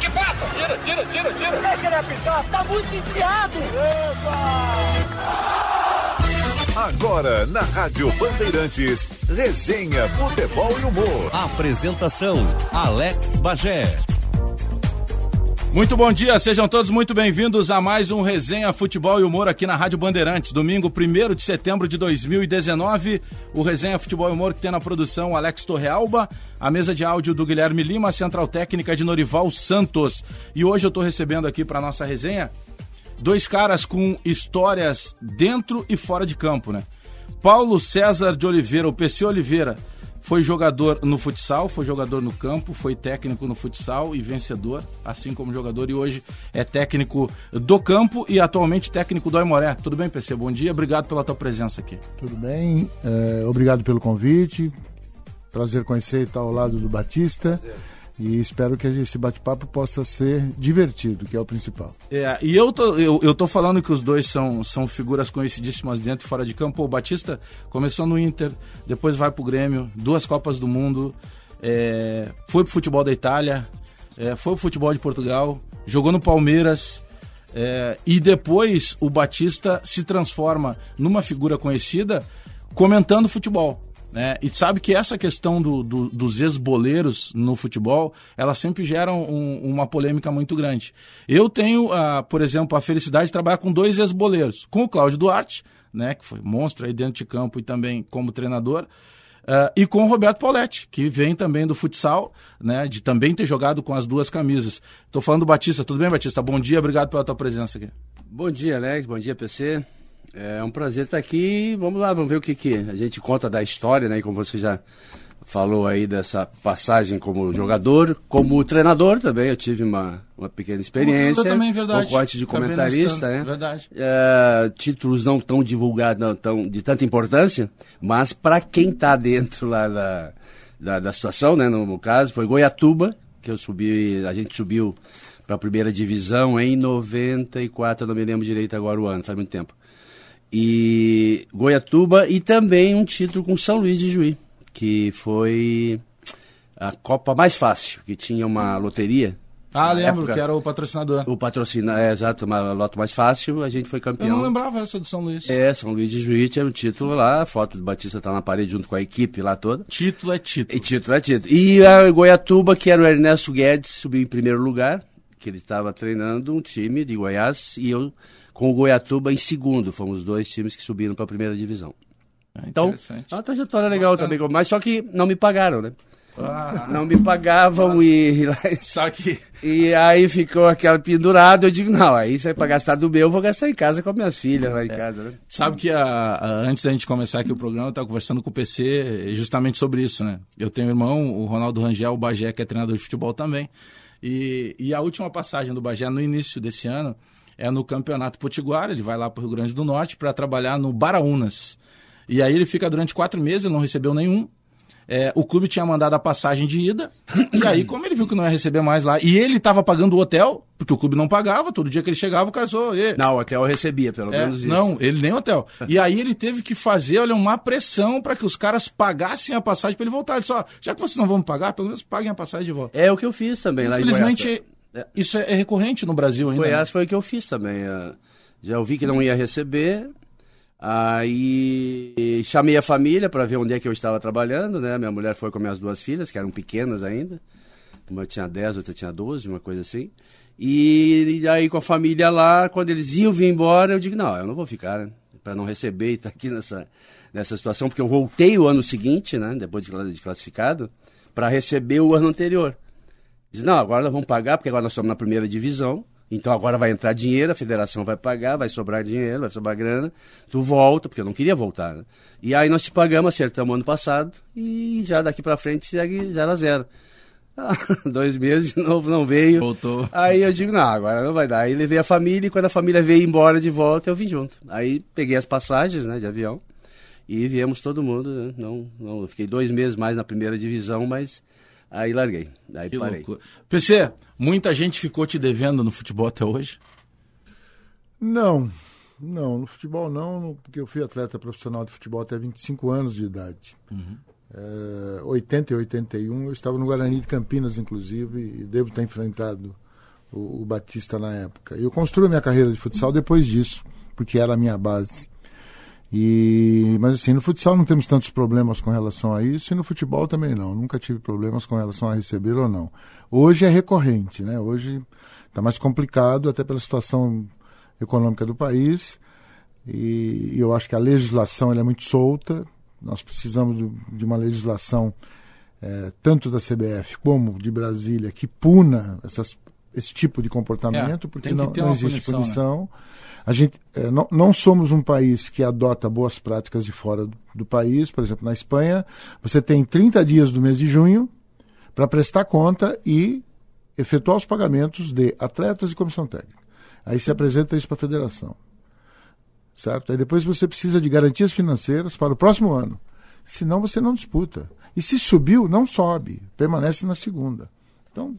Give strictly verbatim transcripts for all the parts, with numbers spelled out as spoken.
que passa! Tira, tira, tira, tira! Deixa ele apitar, tá muito enfiado! Epa! Agora, na Rádio Bandeirantes, resenha, futebol e humor. Apresentação, Alex Bagé. Muito bom dia, sejam todos muito bem-vindos a mais um Resenha, Futebol e Humor aqui na Rádio Bandeirantes. Domingo, primeiro de setembro de dois mil e dezenove, o Resenha, Futebol e Humor que tem na produção o Alex Torrealba, a mesa de áudio do Guilherme Lima, a central técnica de Norival Santos. E hoje eu estou recebendo aqui para nossa resenha dois caras com histórias dentro e fora de campo, né? Paulo César de Oliveira, o P C Oliveira, foi jogador no futsal, foi jogador no campo, foi técnico no futsal e vencedor, assim como jogador, e hoje é técnico do campo e atualmente técnico do Aimoré. Tudo bem, P C? Bom dia, obrigado pela tua presença aqui. Tudo bem, é, obrigado pelo convite, prazer conhecer e estar ao lado do Batista. Prazer. E espero que esse bate-papo possa ser divertido, que é o principal. É, e eu tô, eu, eu tô falando que os dois são, são figuras conhecidíssimas dentro e fora de campo. O Batista começou no Inter, depois vai pro Grêmio, duas Copas do Mundo, é, foi pro futebol da Itália, é, foi pro futebol de Portugal, jogou no Palmeiras, é, e depois o Batista se transforma numa figura conhecida comentando futebol. É, e sabe que essa questão do, do, dos ex-boleiros no futebol, ela sempre gera um, uma polêmica muito grande. Eu tenho, uh, por exemplo, a felicidade de trabalhar com dois ex-boleiros, com o Cláudio Duarte, né, que foi monstro aí dentro de campo e também como treinador, uh, e com o Roberto Pauletti, que vem também do futsal, né, de também ter jogado com as duas camisas. Estou falando do Batista. Tudo bem, Batista? Bom dia, obrigado pela tua presença aqui. Bom dia, Alex, bom dia, P C. É um prazer estar aqui. Vamos lá, vamos ver o que, que a gente conta da história, né? Como você já falou aí dessa passagem como jogador, como treinador também. Eu tive uma, uma pequena experiência. Também, verdade. Um pouco antes de comentarista, né? Verdade. É, títulos não tão divulgados, não tão de tanta importância, mas para quem está dentro lá da, da, da situação, né? No, no caso, foi Goiatuba, que eu subi, a gente subiu para a primeira divisão em noventa e quatro, eu não me lembro direito agora o ano, faz muito tempo. E Goiatuba e também um título com São Luís de Juí, que foi a Copa mais fácil, que tinha uma loteria. Ah, lembro, época, que era o patrocinador. O patrocinador, é, exato, uma loto mais fácil, a gente foi campeão. Eu não lembrava essa do São Luís. É, São Luís de Juí tinha um título lá, a foto do Batista tá na parede junto com a equipe lá toda. Título é título. E título é título. E a Goiatuba, que era o Ernesto Guedes, subiu em primeiro lugar, que ele estava treinando um time de Goiás, e eu com o Goiatuba em segundo. Fomos os dois times que subiram para a primeira divisão. É então, é uma trajetória legal também. Mas só que não me pagaram, né? Ah, não me pagavam. Nossa. e... Só que... E aí ficou aquela pendurada. Eu digo, não, aí você vai gastar do meu, eu vou gastar em casa com as minhas filhas lá em é. casa, né? Sabe que a, a, antes da gente começar aqui o programa, eu estava conversando com o P C justamente sobre isso, né? Eu tenho um irmão, o Ronaldo Rangel, o Bagé, que é treinador de futebol também. E, e a última passagem do Bagé no início desse ano é no Campeonato Potiguara. Ele vai lá para o Rio Grande do Norte para trabalhar no Baraunas. E aí ele fica durante quatro meses, ele não recebeu nenhum. É, o clube tinha mandado a passagem de ida, e aí como ele viu que não ia receber mais lá, e ele estava pagando o hotel, porque o clube não pagava, todo dia que ele chegava o cara só... E... Não, o hotel eu recebia, pelo é, menos isso. Não, ele nem hotel. E aí ele teve que fazer, olha, uma pressão para que os caras pagassem a passagem para ele voltar. Ele só, já que vocês não vão pagar, pelo menos paguem a passagem de volta. É o que eu fiz também lá em Goiás. Infelizmente... Isso é recorrente no Brasil ainda. Goiás né? foi o que eu fiz também. Já ouvi que não ia receber, aí chamei a família para ver onde é que eu estava trabalhando, né? Minha mulher foi com minhas duas filhas, que eram pequenas ainda. Uma tinha dez, outra tinha doze, uma coisa assim. E aí com a família lá, quando eles iam vir embora, eu digo, não, eu não vou ficar, né? Para não receber e estar tá aqui nessa, nessa situação, porque eu voltei o ano seguinte, né? Depois de classificado, para receber o ano anterior. Diz, não, agora nós vamos pagar, porque agora nós estamos na primeira divisão, então agora vai entrar dinheiro, a federação vai pagar, vai sobrar dinheiro, vai sobrar grana, tu volta, porque eu não queria voltar, né? E aí nós te pagamos, acertamos ano passado, e já daqui pra frente segue zero a zero. Ah, dois meses de novo não veio. Voltou. Aí eu digo, não, agora não vai dar. Aí levei a família, e quando a família veio embora de volta, eu vim junto. Aí peguei as passagens, né, de avião, e viemos todo mundo, né? Não, não, eu fiquei dois meses mais na primeira divisão, mas... Aí larguei, aí que parei. Loucura. P C, muita gente ficou te devendo no futebol até hoje? Não, não, no futebol não, porque eu fui atleta profissional de futebol até vinte e cinco anos de idade. Uhum. É, oitenta e oitenta e um eu estava no Guarani de Campinas, inclusive, e devo ter enfrentado o, o Batista na época. Eu construí a minha carreira de futsal depois disso, porque era a minha base. E, mas assim, no futsal não temos tantos problemas com relação a isso, e no futebol também não. Nunca tive problemas com relação a receber ou não. Hoje é recorrente, né? Hoje está mais complicado, até pela situação econômica do país, e, e eu acho que a legislação ela é muito solta. Nós precisamos de, de uma legislação é, tanto da C B F como de Brasília que puna essas, esse tipo de comportamento, é, porque não, não existe punição. punição. Né? A gente, é, não, não somos um país que adota boas práticas de fora do, do país. Por exemplo, na Espanha, você tem trinta dias do mês de junho para prestar conta e efetuar os pagamentos de atletas e comissão técnica. Aí você apresenta isso para a federação. Certo? Aí depois você precisa de garantias financeiras para o próximo ano. Senão você não disputa. E se subiu, não sobe. Permanece na segunda. Então,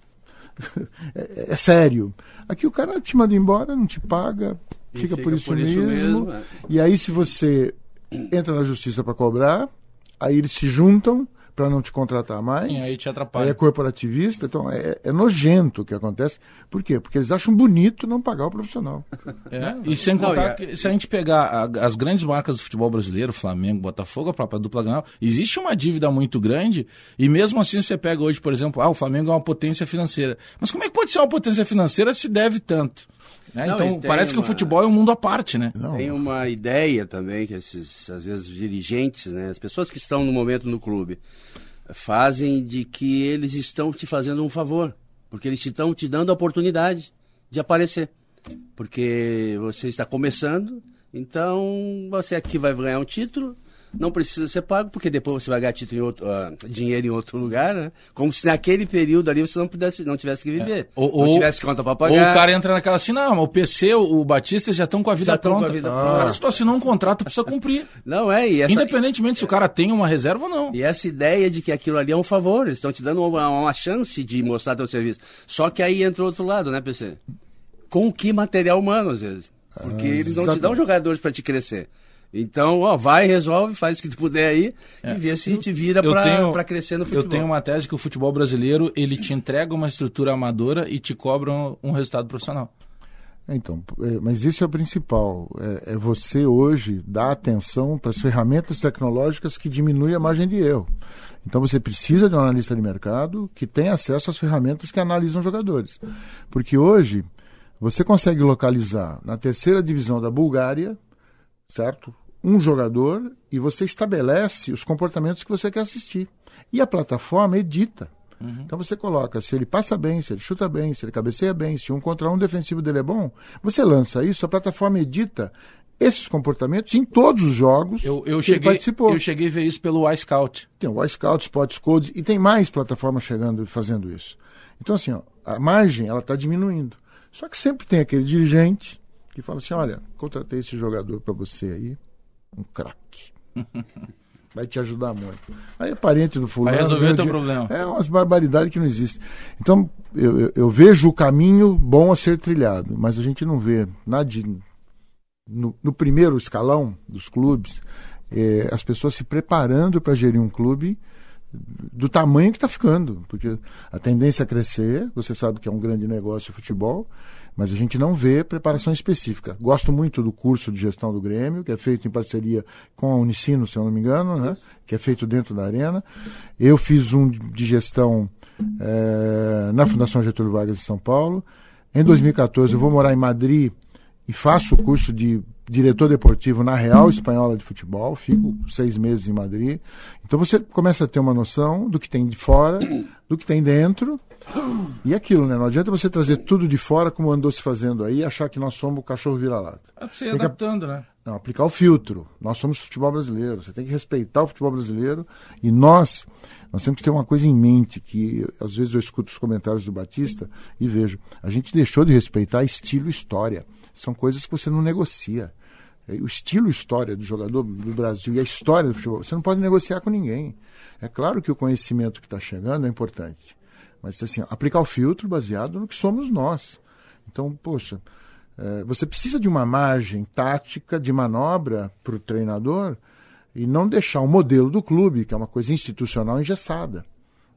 é, é sério. Aqui o cara te manda embora, não te paga, fica, fica por, isso, por isso mesmo. mesmo. E aí se você entra na justiça para cobrar, aí eles se juntam para não te contratar mais. Sim, aí te atrapalha. Aí é corporativista. Então é, é nojento o que acontece. Por quê? Porque eles acham bonito não pagar o profissional. É, né? E sem contar não, que se a gente pegar a, as grandes marcas do futebol brasileiro, Flamengo, Botafogo, a própria dupla Grenal, existe uma dívida muito grande e mesmo assim você pega hoje, por exemplo, ah, o Flamengo é uma potência financeira. Mas como é que pode ser uma potência financeira se deve tanto? Né? Não, então parece uma... que o futebol é um mundo à parte, né? Não. Tem uma ideia também que esses, às vezes, os dirigentes, né, as pessoas que estão no momento no clube, fazem de que eles estão te fazendo um favor, porque eles estão te dando a oportunidade de aparecer, porque você está começando, então você aqui vai ganhar um título, não precisa ser pago, porque depois você vai ganhar título em outro, uh, dinheiro em outro lugar, né? Como se naquele período ali você não pudesse, não tivesse que viver, é. ou, não ou, tivesse conta para pagar. Ou o cara entra naquela assim, não, o P C, o, o Batista já estão com a vida já pronta. Com a vida ah. pronta. O cara, se tu assinou um contrato, precisa cumprir. Não é, e essa... Independentemente se o cara tem uma reserva ou não. E essa ideia de que aquilo ali é um favor, eles estão te dando uma, uma chance de mostrar teu serviço. Só que aí entra o outro lado, né, P C? Com que material humano, às vezes? Porque ah, eles não exatamente. te dão jogadores para te crescer. Então, ó, vai, resolve, faz o que tu puder aí é. e vê se te vira para crescer no futebol. Eu tenho uma tese que o futebol brasileiro, ele te entrega uma estrutura amadora e te cobra um, um resultado profissional. Então, é, mas isso é o principal. É, é você hoje dar atenção para as ferramentas tecnológicas que diminuem a margem de erro. Então você precisa de um analista de mercado que tenha acesso às ferramentas que analisam jogadores. Porque hoje você consegue localizar na terceira divisão da Bulgária, certo? Um jogador e você estabelece os comportamentos que você quer assistir. E a plataforma edita. Uhum. Então você coloca se ele passa bem, se ele chuta bem, se ele cabeceia bem, se um contra um defensivo dele é bom. Você lança isso, a plataforma edita esses comportamentos em todos os jogos eu, eu que cheguei, ele participou. Eu cheguei a ver isso pelo iScout. Tem o iScout, Sports Codes e tem mais plataformas chegando e fazendo isso. Então assim, ó, a margem ela está diminuindo. Só que sempre tem aquele dirigente que fala assim, olha, contratei esse jogador para você aí, um craque. Vai te ajudar muito. Aí é parente do fulano. Vai resolver o teu problema. É umas barbaridades que não existem. Então, eu, eu, eu vejo o caminho bom a ser trilhado, mas a gente não vê nada de, no, no primeiro escalão dos clubes, é, as pessoas se preparando para gerir um clube do tamanho que está ficando, porque a tendência é crescer, você sabe que é um grande negócio o futebol, mas a gente não vê preparação específica. Gosto muito do curso de gestão do Grêmio, que é feito em parceria com a Unicino, se eu não me engano, né? Que é feito dentro da Arena. Eu fiz um de gestão é, na Fundação Getúlio Vargas de São Paulo. Em dois mil e quatorze eu vou morar em Madrid e faço o curso de diretor deportivo na Real Espanhola de Futebol, fico seis meses em Madrid. Então você começa a ter uma noção do que tem de fora, do que tem dentro, e aquilo, né? Não adianta você trazer tudo de fora como andou se fazendo aí e achar que nós somos o cachorro vira-lata. É pra você ir adaptando, né? Não, aplicar o filtro. Nós somos futebol brasileiro, você tem que respeitar o futebol brasileiro e nós, nós temos que ter uma coisa em mente, que às vezes eu escuto os comentários do Batista e vejo, a gente deixou de respeitar estilo e história. São coisas que você não negocia. O estilo e história do jogador do Brasil e a história do futebol, você não pode negociar com ninguém. É claro que o conhecimento que está chegando é importante, mas assim, aplicar o filtro baseado no que somos nós. Então, poxa, é, você precisa de uma margem tática de manobra para o treinador e não deixar o modelo do clube, que é uma coisa institucional, engessada.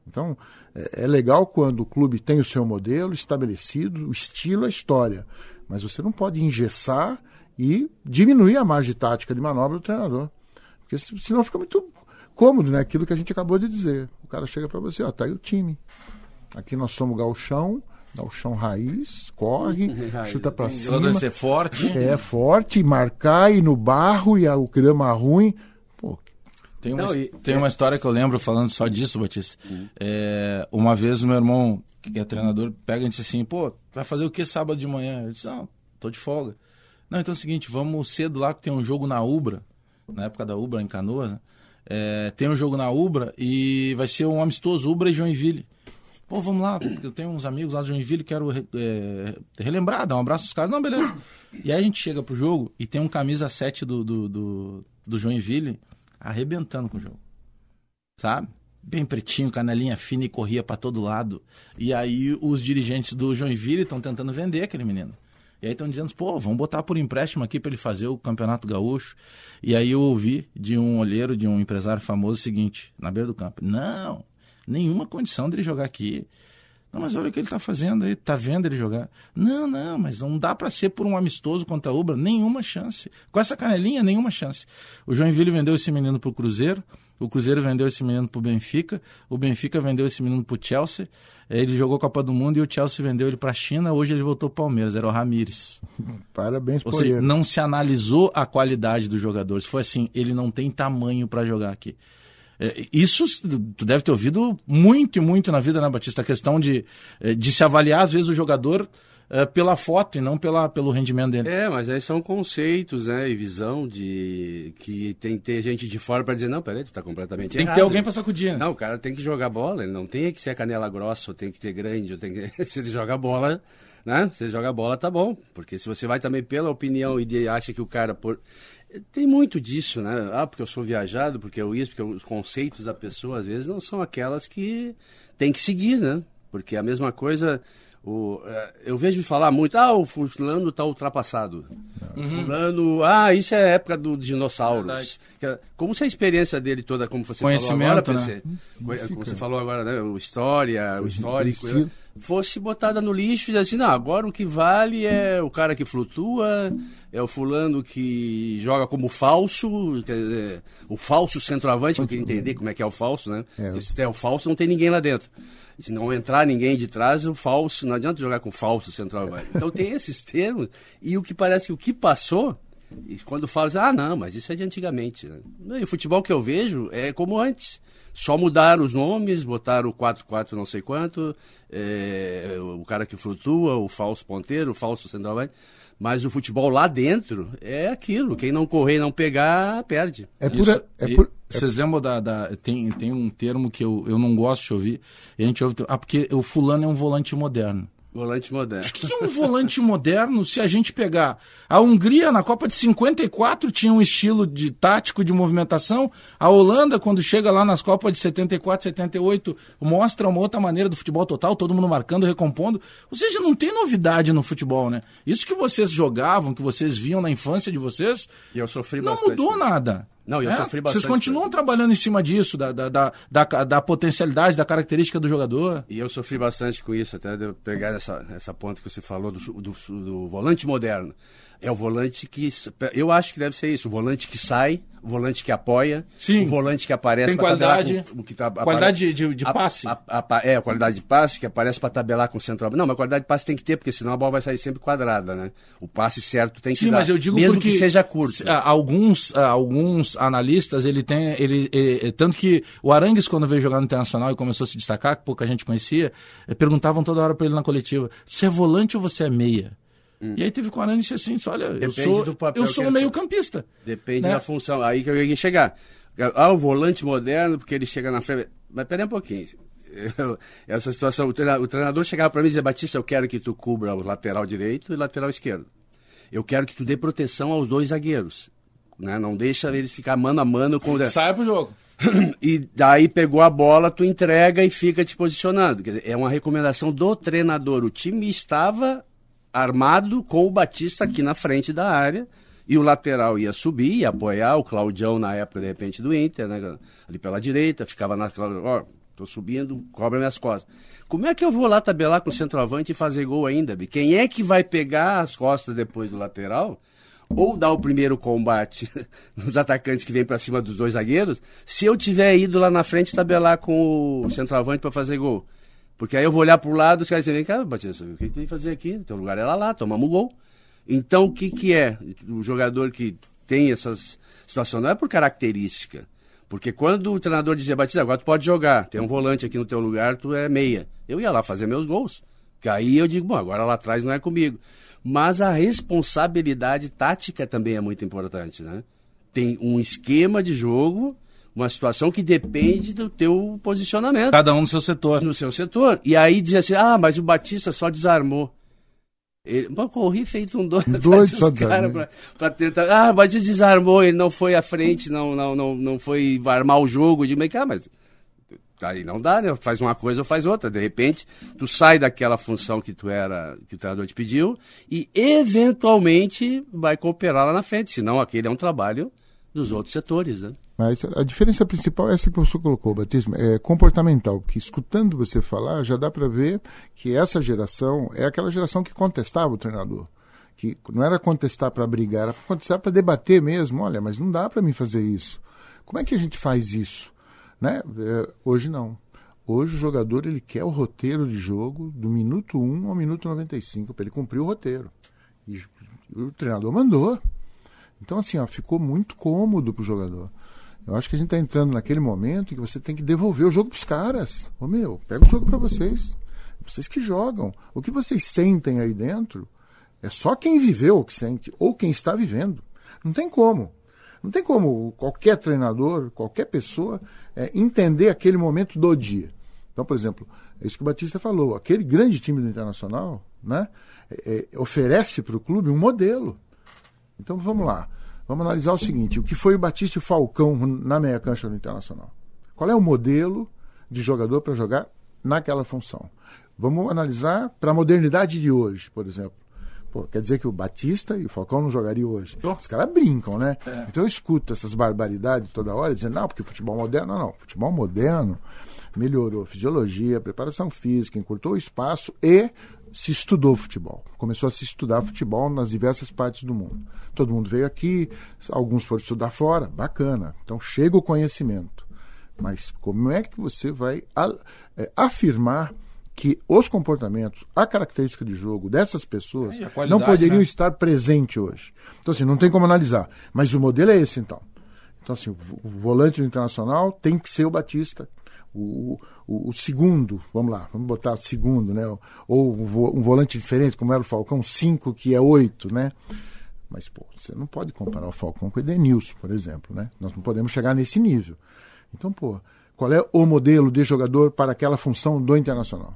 Então, é, é legal quando o clube tem o seu modelo estabelecido, o estilo, a história. Mas você não pode engessar e diminuir a margem tática de manobra do treinador. Porque senão fica muito cômodo, né? Aquilo que a gente acabou de dizer. O cara chega para você, ó, tá aí o time. Aqui nós somos gauchão, gauchão raiz, corre, raiz, chuta para cima. Ser forte. É, forte, marcar, ir no barro e a, o grama ruim. Pô. Tem uma, Não, e, tem é... uma história que eu lembro falando só disso, Batista. Uhum. É, uma vez o meu irmão, que é treinador, pega e disse assim, pô, vai fazer o que sábado de manhã? Eu disse, não, tô de folga. Não, então é o seguinte, vamos cedo lá que tem um jogo na Ubra, na época da Ubra em Canoas, né? É, tem um jogo na Ubra e vai ser um amistoso Ubra e Joinville. Pô, vamos lá, eu tenho uns amigos lá de Joinville, quero é, relembrar, dar um abraço aos caras. Não, beleza. E aí a gente chega pro jogo e tem um camisa sete do, do, do, do Joinville arrebentando com o jogo. Sabe? Bem pretinho, canelinha fina e corria pra todo lado. E aí os dirigentes do Joinville estão tentando vender aquele menino. E aí estão dizendo, pô, vamos botar por empréstimo aqui para ele fazer o Campeonato Gaúcho. E aí eu ouvi de um olheiro, de um empresário famoso o seguinte, na beira do campo, não, nenhuma condição dele jogar aqui. Não, mas olha o que ele tá fazendo aí, tá vendo ele jogar. Não, não, mas não dá para ser por um amistoso contra a Ubra, nenhuma chance. Com essa canelinha, nenhuma chance. O Joinville vendeu esse menino pro Cruzeiro, o Cruzeiro vendeu esse menino pro Benfica, o Benfica vendeu esse menino pro Chelsea, ele jogou Copa do Mundo e o Chelsea vendeu ele pra China, hoje ele voltou pro Palmeiras, era o Ramires. Parabéns por Ou seja, ele. Não se analisou a qualidade do jogador, se foi assim, ele não tem tamanho para jogar aqui. É, isso tu deve ter ouvido muito e muito na vida, né, Batista? A questão de, de se avaliar, às vezes, o jogador é, pela foto e não pela, pelo rendimento dele. É, mas aí são conceitos, né, e visão de que tem que ter gente de fora para dizer, não, peraí, tu tá completamente tem errado. Tem que ter alguém para sacudir. Né? Não, o cara tem que jogar bola, ele não tem que ser canela grossa, ou tem que ter grande, ou tem que... se ele joga bola, né, se ele joga bola, tá bom. Porque se você vai também pela opinião e de, acha que o cara... por Tem muito disso, né? Ah, porque eu sou viajado, porque eu isso, porque os conceitos da pessoa, às vezes, não são aquelas que tem que seguir, né? Porque a mesma coisa, o, eu vejo falar muito, ah, o fulano tá ultrapassado. Uhum. Fulano, ah, isso é a época dos dinossauros. É como se a experiência dele toda, como você falou agora, P C, né? Como você falou agora, né? O história, o histórico... fosse botada no lixo e dizer assim, não, agora o que vale é o cara que flutua, é o fulano que joga como falso, quer dizer, o falso centroavante, eu queria entender como é que é o falso, né? É. Porque se tem o falso, não tem ninguém lá dentro. Se não entrar ninguém de trás, o falso, não adianta jogar com falso centroavante. Então tem esses termos, e o que parece que o que passou, e quando fala assim, ah, não, mas isso é de antigamente. Né? E o futebol que eu vejo é como antes. Só mudaram os nomes, botaram o quatro quatro não sei quanto, é, o cara que flutua, o falso ponteiro, o falso centroavante. Mas o futebol lá dentro é aquilo. Quem não correr e não pegar, perde. É por, Isso, é por, vocês é... lembram da... da tem, tem um termo que eu, eu não gosto de ouvir. E a gente ouve... Ah, porque o fulano é um volante moderno. Volante moderno. O que é um volante moderno se a gente pegar... A Hungria, na Copa de cinquenta e quatro, tinha um estilo de tático de movimentação. A Holanda, quando chega lá nas Copas de setenta e quatro, setenta e oito, mostra uma outra maneira do futebol total, todo mundo marcando, recompondo. Ou seja, não tem novidade no futebol, né? Isso que vocês jogavam, que vocês viam na infância de vocês, e eu sofri não bastante, mudou né? nada. Não, eu é? sofri bastante. Vocês continuam trabalhando em cima disso, da, da, da, da, da potencialidade, da característica do jogador. E eu sofri bastante com isso, até de eu pegar essa, essa ponta que você falou do, do, do volante moderno. É o volante que... Eu acho que deve ser isso. O volante que sai, o volante que apoia, Sim. o volante que aparece... Tem qualidade, com, que tá, qualidade de, de passe. A, a, a, é, a qualidade de passe que aparece para tabelar com o central. Não, mas a qualidade de passe tem que ter, porque senão a bola vai sair sempre quadrada, né? O passe certo tem que Sim, dar. Mas eu digo mesmo porque que seja curto. Alguns, alguns analistas, ele tem... Ele, ele, tanto que o Arangues, quando veio jogar no Internacional e começou a se destacar, que pouca gente conhecia, perguntavam toda hora para ele na coletiva, você é volante ou você é meia? Hum. E aí teve com o Arangues assim, olha, Depende eu sou, eu sou um meio campista. Depende né? da função, aí que eu ia chegar. Ah, o volante moderno, porque ele chega na frente... Mas peraí um pouquinho. Eu, essa situação, o treinador, o treinador chegava para mim e dizia, Batista, eu quero que tu cubra o lateral direito e o lateral esquerdo. Eu quero que tu dê proteção aos dois zagueiros. Né? Não deixa eles ficar mano a mano com o... Sai pro jogo. E daí pegou a bola, tu entrega e fica te posicionando. Quer dizer, é uma recomendação do treinador. O time estava armado com o Batista aqui na frente da área, e o lateral ia subir, ia apoiar o Claudião na época, de repente, do Inter, né? Ali pela direita, ficava na... Ó, tô subindo, cobra minhas costas. Como é que eu vou lá tabelar com o centroavante e fazer gol ainda, Bi? Quem é que vai pegar as costas depois do lateral ou dar o primeiro combate nos atacantes que vêm para cima dos dois zagueiros, se eu tiver ido lá na frente tabelar com o centroavante para fazer gol? Porque aí eu vou olhar pro lado, os caras dizem, vem cá, Batista, o que tu tem que fazer aqui? Teu lugar é lá, lá, tomamos gol. Então, o que que é? O jogador que tem essas situações não é por característica. Porque quando o treinador dizia, Batista, agora tu pode jogar, tem um volante aqui no teu lugar, tu é meia. Eu ia lá fazer meus gols. Que aí eu digo, bom, agora lá atrás não é comigo. Mas a responsabilidade tática também é muito importante, né? Tem um esquema de jogo, uma situação que depende do teu posicionamento. Cada um no seu setor. No seu setor. E aí diz assim, ah, mas o Batista só desarmou. Ele, bom, corri feito um doido doido só cara pra, pra tentar. Ah, mas ele desarmou, ele não foi à frente, não, não, não, não foi armar o jogo. Eu digo, mas, cara, mas aí não dá, né? Faz uma coisa ou faz outra. De repente, tu sai daquela função que tu era, que o treinador te pediu, e eventualmente vai cooperar lá na frente. Senão aquele é um trabalho dos outros setores, né? Mas a diferença principal é essa que você colocou, Batista, é comportamental, porque escutando você falar, já dá para ver que essa geração é aquela geração que contestava o treinador. Que não era contestar para brigar, era contestar para debater mesmo. Olha, mas não dá para mim fazer isso. Como é que a gente faz isso? Né? É, hoje não. Hoje o jogador ele quer o roteiro de jogo do minuto um ao minuto noventa e cinco, para ele cumprir o roteiro. E o treinador mandou. Então, assim, ó, ficou muito cômodo para o jogador. Eu acho que a gente está entrando naquele momento em que você tem que devolver o jogo para os caras. Ô meu, pega o jogo para vocês. Vocês que jogam. O que vocês sentem aí dentro é só quem viveu o que sente, ou quem está vivendo. Não tem como. Não tem como qualquer treinador, qualquer pessoa, é, entender aquele momento do dia. Então, por exemplo, é isso que o Batista falou. Aquele grande time do Internacional, né, é, é, oferece para o clube um modelo. Então, vamos lá. Vamos analisar o seguinte, o que foi o Batista e o Falcão na meia cancha do Internacional? Qual é o modelo de jogador para jogar naquela função? Vamos analisar para a modernidade de hoje, por exemplo. Pô, quer dizer que o Batista e o Falcão não jogariam hoje? Oh. Os caras brincam, né? É. Então eu escuto essas barbaridades toda hora, dizendo, não, porque o futebol moderno... Não, não, o futebol moderno melhorou a fisiologia, a preparação física, encurtou o espaço e... se estudou futebol. Começou a se estudar futebol nas diversas partes do mundo. Todo mundo veio aqui, alguns foram estudar fora, bacana. Então chega o conhecimento. Mas como é que você vai a, é, afirmar que os comportamentos, a característica de jogo dessas pessoas é, não poderiam, né, estar presentes hoje? Então, assim, não tem como analisar. Mas o modelo é esse, então. Então, assim, o, o volante do Internacional tem que ser o Batista. O, o, o segundo, vamos lá, vamos botar o segundo, né? Ou um volante diferente, como era o Falcão, cinco, que é oito, né? Mas, pô, você não pode comparar o Falcão com o Edenilson, por exemplo, né? Nós não podemos chegar nesse nível. Então, pô, qual é o modelo de jogador para aquela função do Internacional?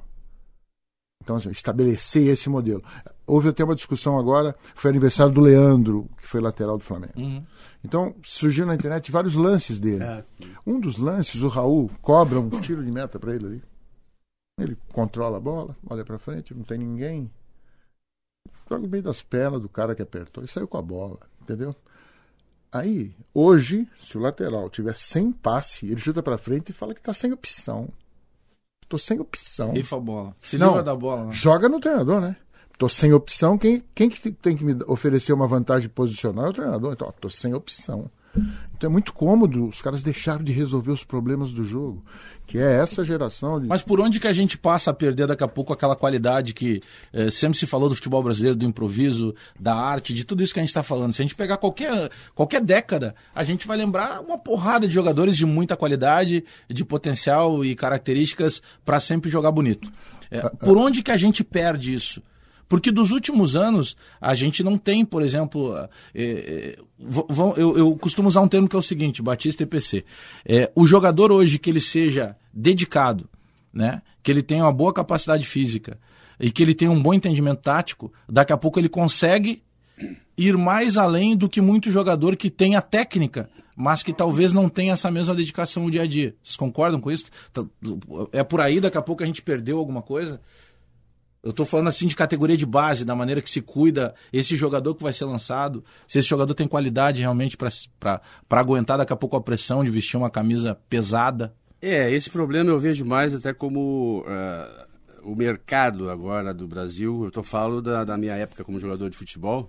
Então, estabelecer esse modelo. Houve até uma discussão agora, foi aniversário do Leandro, que foi lateral do Flamengo. Uhum. Então, surgiu na internet vários lances dele. É. Um dos lances, o Raul cobra um tiro de meta para ele ali. Ele controla a bola, olha para frente, não tem ninguém. Joga no meio das pernas do cara que apertou e saiu com a bola, entendeu? Aí, hoje, se o lateral tiver sem passe, ele chuta para frente e fala que tá sem opção. Tô sem opção. Rifa a bola. Se não, livra da bola. Né? Joga no treinador, né? Tô sem opção. Quem, quem que tem que me oferecer uma vantagem posicional é o treinador. Então, ó, tô sem opção. Então é muito cômodo. Os caras deixaram de resolver os problemas do jogo. Que é essa geração. De... Mas por onde que a gente passa a perder daqui a pouco aquela qualidade que eh, sempre se falou do futebol brasileiro, do improviso, da arte, de tudo isso que a gente está falando? Se a gente pegar qualquer, qualquer década, a gente vai lembrar uma porrada de jogadores de muita qualidade, de potencial e características para sempre jogar bonito. É, por onde que a gente perde isso? Porque dos últimos anos, a gente não tem, por exemplo... É, é, eu, eu costumo usar um termo que é o seguinte, Batista e P C. É, o jogador hoje que ele seja dedicado, né, que ele tenha uma boa capacidade física e que ele tenha um bom entendimento tático, daqui a pouco ele consegue ir mais além do que muito jogador que tem a técnica, mas que talvez não tenha essa mesma dedicação no dia a dia. Vocês concordam com isso? É por aí, daqui a pouco a gente perdeu alguma coisa? Eu estou falando assim de categoria de base, da maneira que se cuida esse jogador que vai ser lançado, se esse jogador tem qualidade realmente para aguentar daqui a pouco a pressão de vestir uma camisa pesada. É, esse problema eu vejo mais até como uh, o mercado agora do Brasil. Eu tô falando da, da minha época como jogador de futebol,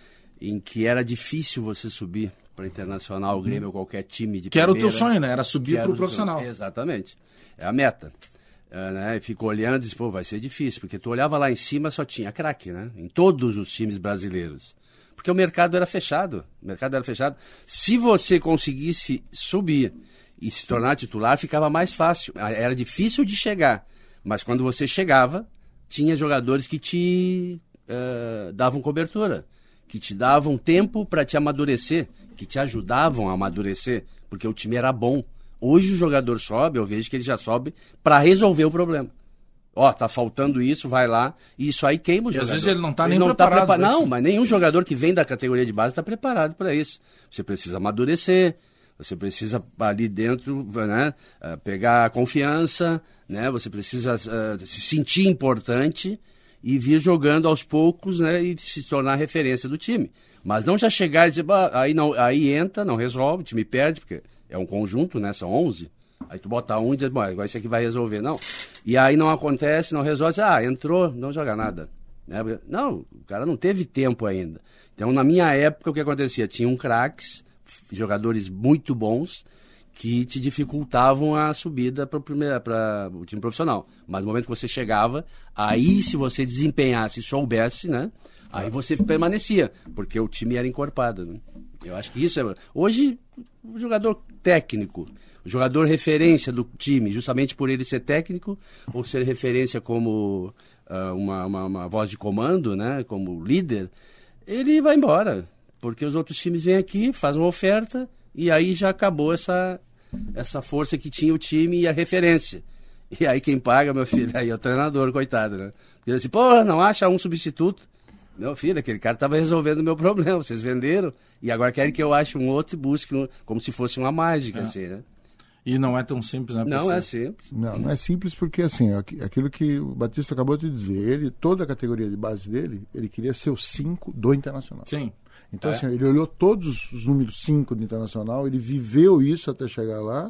em que era difícil você subir para Internacional, Grêmio ou qualquer time de Que era o primeira, teu sonho, né? Era subir para o teu- profissional. Exatamente. É a meta. É, né? Fico olhando e disse, pô, vai ser difícil, porque tu olhava lá em cima, só tinha craque, né? Em todos os times brasileiros. Porque o mercado era fechado. O mercado era fechado. Se você conseguisse subir e se tornar titular, ficava mais fácil. Era difícil de chegar. Mas quando você chegava, tinha jogadores que te uh, davam cobertura, que te davam tempo para te amadurecer, que te ajudavam a amadurecer, porque o time era bom. Hoje o jogador sobe, eu vejo que ele já sobe para resolver o problema. Ó, tá faltando isso, vai lá, e isso aí queima o E jogador. às vezes ele não tá nem não preparado prepa- pra Não, isso. mas nenhum jogador que vem da categoria de base está preparado para isso. Você precisa amadurecer, você precisa ali dentro, né, eh, pegar confiança, né, você precisa eh, se sentir importante e vir jogando aos poucos, né, e se tornar referência do time. Mas não já chegar e dizer, bah, aí, não, aí entra, não resolve, o time perde, porque é um conjunto, né, são onze. Aí tu bota um e diz, bom, agora esse aqui vai resolver. Não. E aí não acontece, não resolve, ah, entrou, não joga nada. Né? Não, o cara não teve tempo ainda. Então, na minha época, o que acontecia? Tinham craques, jogadores muito bons, que te dificultavam a subida para o time profissional. Mas no momento que você chegava, aí se você desempenhasse e soubesse, né? Aí você permanecia, porque o time era encorpado. Né? Eu acho que isso é... Hoje, o jogador técnico, o jogador referência do time, justamente por ele ser técnico, ou ser referência como uh, uma, uma, uma voz de comando, né? Como líder, ele vai embora. Porque os outros times vêm aqui, fazem uma oferta, e aí já acabou essa, essa força que tinha o time e a referência. E aí quem paga, meu filho, aí é o treinador, coitado, né? Porque assim, pô, não acha um substituto? Meu filho, aquele cara estava resolvendo o meu problema, vocês venderam, e agora querem que eu ache um outro e busque um, como se fosse uma mágica, É. assim, né? E não é tão simples, né? Não pra é ser. simples. Não, não é simples porque, assim, aqu- aquilo que o Batista acabou de dizer, ele, toda a categoria de base dele, ele queria ser o cinco do Internacional. Sim. Então, É. assim, ele olhou todos os números cinco do Internacional, ele viveu isso até chegar lá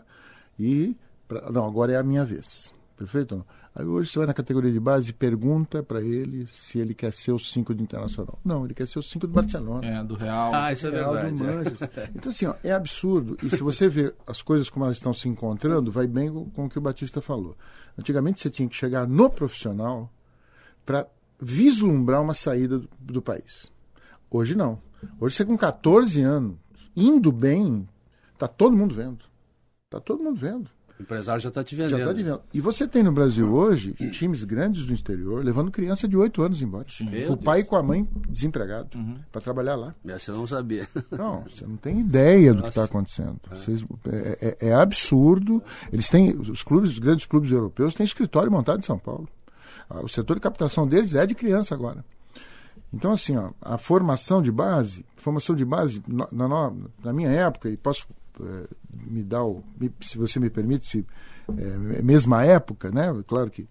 e, pra, não, agora é a minha vez. Perfeito? ou não? Aí hoje você vai na categoria de base e pergunta para ele se ele quer ser o cinco do Internacional. Não, ele quer ser o cinco do Barcelona. É, do Real. Ah, isso é Real do verdade. Manchester. Então, assim, ó, é absurdo. E se você vê as coisas como elas estão se encontrando, vai bem com, com o que o Batista falou. Antigamente você tinha que chegar no profissional para vislumbrar uma saída do, do país. Hoje não. Hoje você com catorze anos, indo bem, tá todo mundo vendo. Tá todo mundo vendo. O empresário já está te vendendo. Já tá de vendo. E você tem no Brasil hoje times grandes do exterior levando criança de oito anos embora. Meu Com o pai e Deus. com a mãe desempregado para trabalhar lá. Essa eu não sabia. Não, você não tem ideia do que Nossa. está acontecendo. Vocês- é, é- é absurdo. Eles têm, os clubes, os grandes clubes europeus têm escritório montado em São Paulo. Ah, O setor de captação deles é de criança agora. Então, assim, ó, a formação de base, formação de base, na, na- na minha época, e posso eh, me dar, o, me- se você me permite, se, eh, mesma época, né? Claro que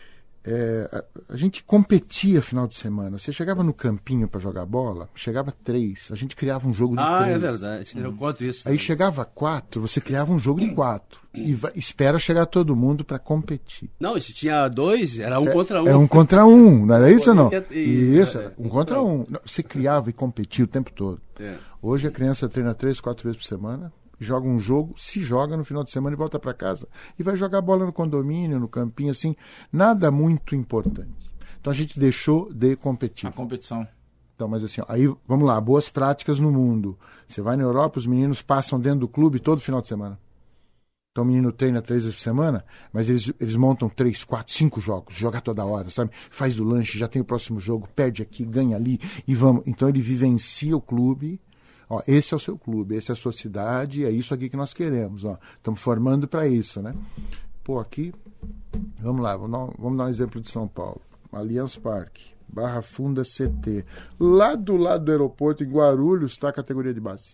eh, a, a gente competia final de semana. Você chegava no campinho para jogar bola, chegava três, a gente criava um jogo de Ah, três. é verdade. Eu conto isso. Aí chegava quatro, você criava um jogo de quatro. E vai- espera chegar todo mundo para competir. Não, e se tinha dois, era um contra um. É um contra um, não era isso ou não? E- e- Isso, é, era um contra um. Não, você criava e competia o tempo todo. É. Hoje a criança treina três, quatro vezes por semana, joga um jogo, se joga no final de semana e volta para casa. E vai jogar bola no condomínio, no campinho, assim. Nada muito importante. Então a gente deixou de competir. A competição. Então, mas assim, ó, aí vamos lá, boas práticas no mundo. Você vai na Europa, os meninos passam dentro do clube todo final de semana. Então o menino treina três vezes por semana, mas eles, eles montam três, quatro, cinco jogos, joga toda hora, sabe? Faz o lanche, já tem o próximo jogo, perde aqui, ganha ali e vamos. Então ele vivencia o clube. Ó, esse é o seu clube, essa é a sua cidade, é isso aqui que nós queremos. Ó. Estamos formando para isso, né? Pô, aqui, vamos lá, vamos dar, vamos dar um exemplo de São Paulo. Allianz Parque, Barra Funda C T. Lá do lado do aeroporto, em Guarulhos, está a categoria de base.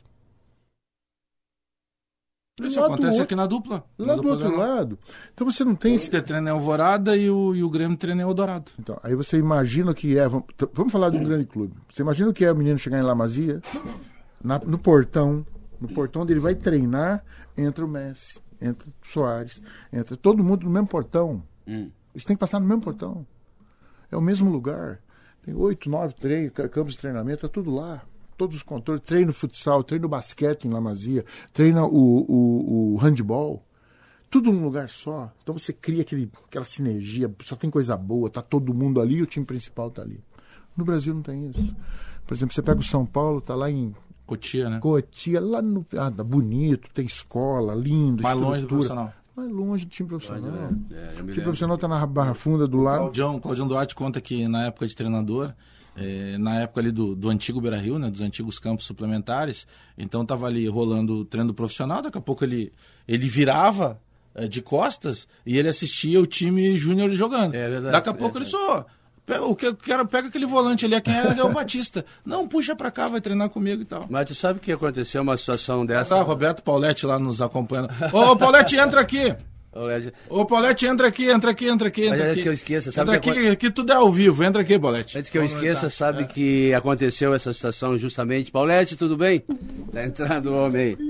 Isso Lá acontece do aqui na dupla. Lá na do dupla outro Grenal. lado. Então você não tem O esse. Inter treina em Alvorada e o, e o Grêmio treina em Eldorado. Então, aí você imagina o que é. Vamos, t- vamos falar de um grande clube. Você imagina o que é o menino chegar em La Masia, na- no portão, no portão onde ele vai treinar, entra o Messi, entra Soares, entra todo mundo no mesmo portão. Hum. Eles têm que passar no mesmo portão. É o mesmo lugar. Tem oito, nove treinos, campos de treinamento, tá tudo lá. Todos os controles, treino futsal, treino basquete em La Masia, treina o, o, o handball. Tudo num lugar só. Então você cria aquele, aquela sinergia, só tem coisa boa, tá todo mundo ali e o time principal tá ali. No Brasil não tem isso. Por exemplo, você pega o São Paulo, tá lá em Cotia, né? Cotia, lá no... Ah, bonito, tem escola, lindo, mais longe do profissional. Mais longe do time profissional. É, é, o time profissional tá na Barra Funda do lado. Claudião, Claudião Duarte conta que na época de treinador, é, na época ali do, do antigo Beira-Rio, né, dos antigos campos suplementares, então tava ali rolando o treino profissional, daqui a pouco ele, ele virava é, de costas e ele assistia o time júnior jogando. É verdade. Daqui a pouco é ele só... Pega, o que eu quero, pega aquele volante ali, quem é, é o Batista. Não, puxa pra cá, vai treinar comigo e tal. Mas tu sabe o que aconteceu uma situação dessa? Tá, Roberto Pauletti lá nos acompanhando. Ô, Pauletti, entra aqui. Ô, Pauletti, entra aqui, entra aqui, entra aqui. Entra Mas aqui. antes que eu esqueça, sabe entra que aqui, aqui tudo é ao vivo, entra aqui, Pauletti. Antes que eu Vamos esqueça, entrar. sabe é. que aconteceu essa situação justamente. Pauletti, tudo bem? Tá entrando o homem aí.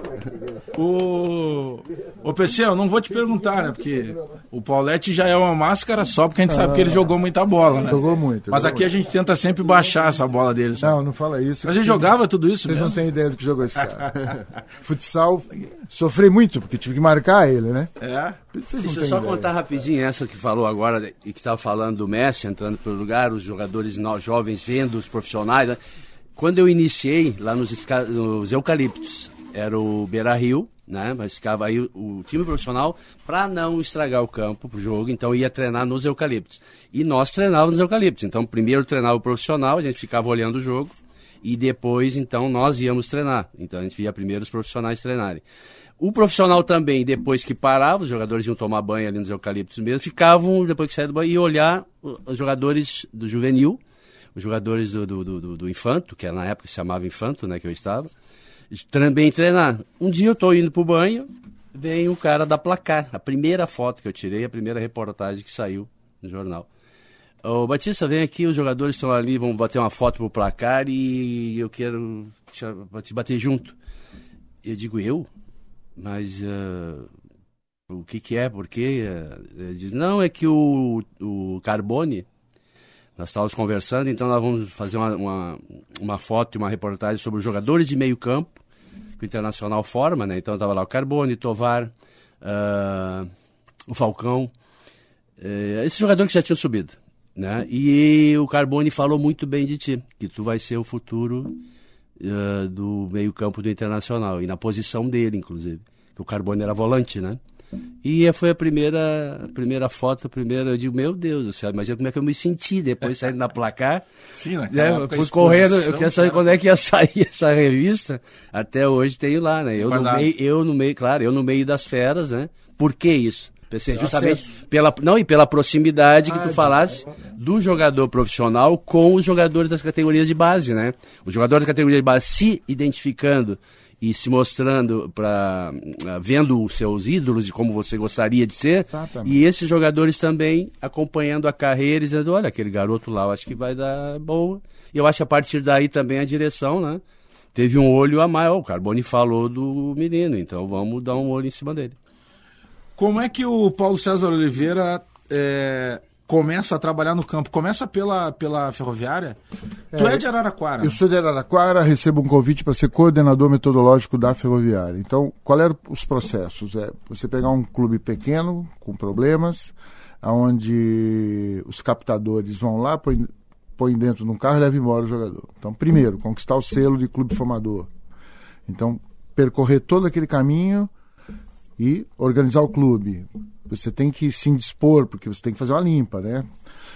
O... Ô, P C, eu não vou te perguntar, né? Porque o Pauletti já é uma máscara só, porque a gente sabe que ele jogou muita bola, né? Jogou muito. Mas jogou aqui muito. a gente tenta sempre baixar essa bola dele. Sabe? Não, não fala isso. Mas ele jogava tudo isso Vocês mesmo? não têm ideia do que jogou esse cara. Futsal, sofri muito, porque tive que marcar ele, né? É. Vocês não Deixa eu têm só ideia. contar rapidinho essa que falou agora e que estava falando do Messi entrando pelo lugar, os jogadores no, jovens vendo os profissionais. Né? Quando eu iniciei lá nos, esca- nos Eucaliptos, era o Beira-Rio, né? Mas ficava aí o, o time profissional para não estragar o campo pro jogo, então ia treinar nos Eucaliptos. E nós treinávamos nos Eucaliptos. Então primeiro treinava o profissional, a gente ficava olhando o jogo e depois então nós íamos treinar. Então a gente via primeiro os profissionais treinarem. O profissional também, depois que parava, os jogadores iam tomar banho ali nos Eucaliptos mesmo, ficavam, depois que saía do banho, e olhar os jogadores do juvenil, os jogadores do, do, do, do Infanto, que era na época que se chamava Infanto, né, que eu estava, também treinar. Um dia eu estou indo pro banho, vem o cara da Placar, a primeira foto que eu tirei, a primeira reportagem que saiu no jornal. Ô Batista, vem aqui, os jogadores estão ali, vão bater uma foto pro Placar e eu quero te bater junto. Eu digo, eu? Mas uh, o que que é? Por quê? Ele diz, não, é que o, o Carbone, nós estávamos conversando, então nós vamos fazer uma, uma, uma foto e uma reportagem sobre os jogadores de meio campo, que o Internacional forma, né? Então estava lá o Carbone, Tovar, uh, o Falcão, uh, esses jogadores que já tinham subido, né? E o Carbone falou muito bem de ti, que tu vai ser o futuro... Uh, do meio campo do Internacional e na posição dele, inclusive, que o Carbone era volante, né? E foi a primeira, a primeira foto, a primeira, eu digo, meu Deus do céu, imagina como é que eu me senti depois saindo na Placar. Sim, né? naquela Fui correndo, eu queria saber quando é que ia sair essa revista, até hoje tenho lá, né? Eu no, meio, eu no meio, claro, eu no meio das feras, né? Por que isso? Pensei, justamente pela, não, e pela proximidade que tu falasse do jogador profissional com os jogadores das categorias de base, né? Os jogadores da categoria de base se identificando e se mostrando, pra, vendo os seus ídolos e como você gostaria de ser, exatamente. E esses jogadores também acompanhando a carreira e dizendo, olha, aquele garoto lá, eu acho que vai dar boa. E eu acho que a partir daí também a direção, né? Teve um olho a mais, o Carbone falou do menino, então vamos dar um olho em cima dele. Como é que o Paulo César Oliveira é, começa a trabalhar no campo? Começa pela, pela Ferroviária? É, tu é de Araraquara? Eu sou de Araraquara, recebo um convite para ser coordenador metodológico da Ferroviária. Então, qual eram os processos? É você pegar um clube pequeno, com problemas, onde os captadores vão lá, põem, põem dentro de um carro e levam embora o jogador. Então, primeiro, conquistar o selo de clube formador. Então, percorrer todo aquele caminho... e organizar o clube. Você tem que se indispor, porque você tem que fazer uma limpa, né?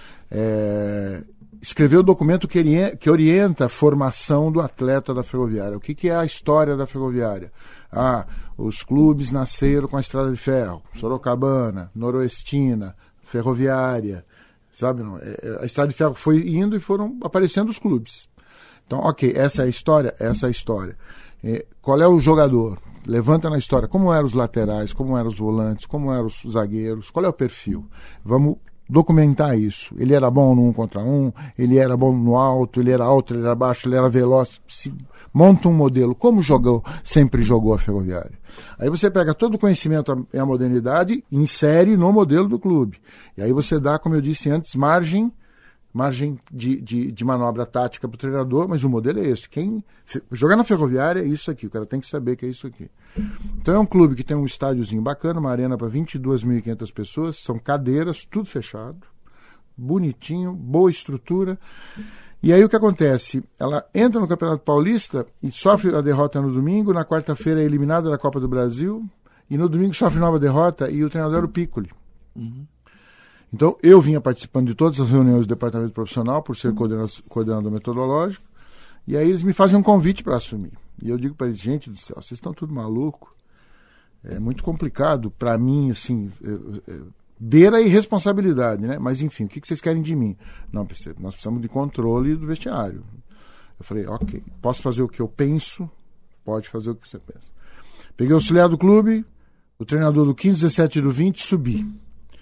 É... Escrever o documento que, orienta, que orienta a formação do atleta da Ferroviária. O que, que é a história da Ferroviária? Ah, os clubes nasceram com a Estrada de Ferro, Sorocabana, Noroestina, Ferroviária, sabe? Não? A Estrada de Ferro foi indo e foram aparecendo os clubes. Então, ok, essa é a história, essa é a história. É, qual é o jogador? Levanta na história como eram os laterais, como eram os volantes, como eram os zagueiros, qual é o perfil? Vamos documentar isso. Ele era bom no um contra um, ele era bom no alto, ele era alto, ele era baixo, ele era veloz. Se monta um modelo, como jogou, sempre jogou a Ferroviária. Aí você pega todo o conhecimento e a modernidade e insere no modelo do clube. E aí você dá, como eu disse antes, margem, margem de, de, de manobra tática para o treinador, mas o modelo é esse. Quem jogar na Ferroviária é isso aqui, o cara tem que saber que é isso aqui. Então é um clube que tem um estádiozinho bacana, uma arena para vinte e duas mil e quinhentas pessoas, são cadeiras, tudo fechado, bonitinho, boa estrutura. E aí o que acontece? Ela entra no Campeonato Paulista e sofre a derrota no domingo, na quarta-feira é eliminada da Copa do Brasil, e no domingo sofre nova derrota, e o treinador era o Piccoli. Uhum. Então eu vinha participando de todas as reuniões do departamento profissional, por ser coordenador, coordenador metodológico, e aí eles me fazem um convite para assumir. E eu digo para eles, gente do céu, vocês estão tudo maluco. É muito complicado para mim, assim, é, é, beira a irresponsabilidade, né? Mas enfim, o que vocês querem de mim? Não, nós precisamos de controle do vestiário. Eu falei, ok, posso fazer o que eu penso? Pode fazer o que você pensa. Peguei o auxiliar do clube, o treinador do quinze, dezessete e do vinte, subi.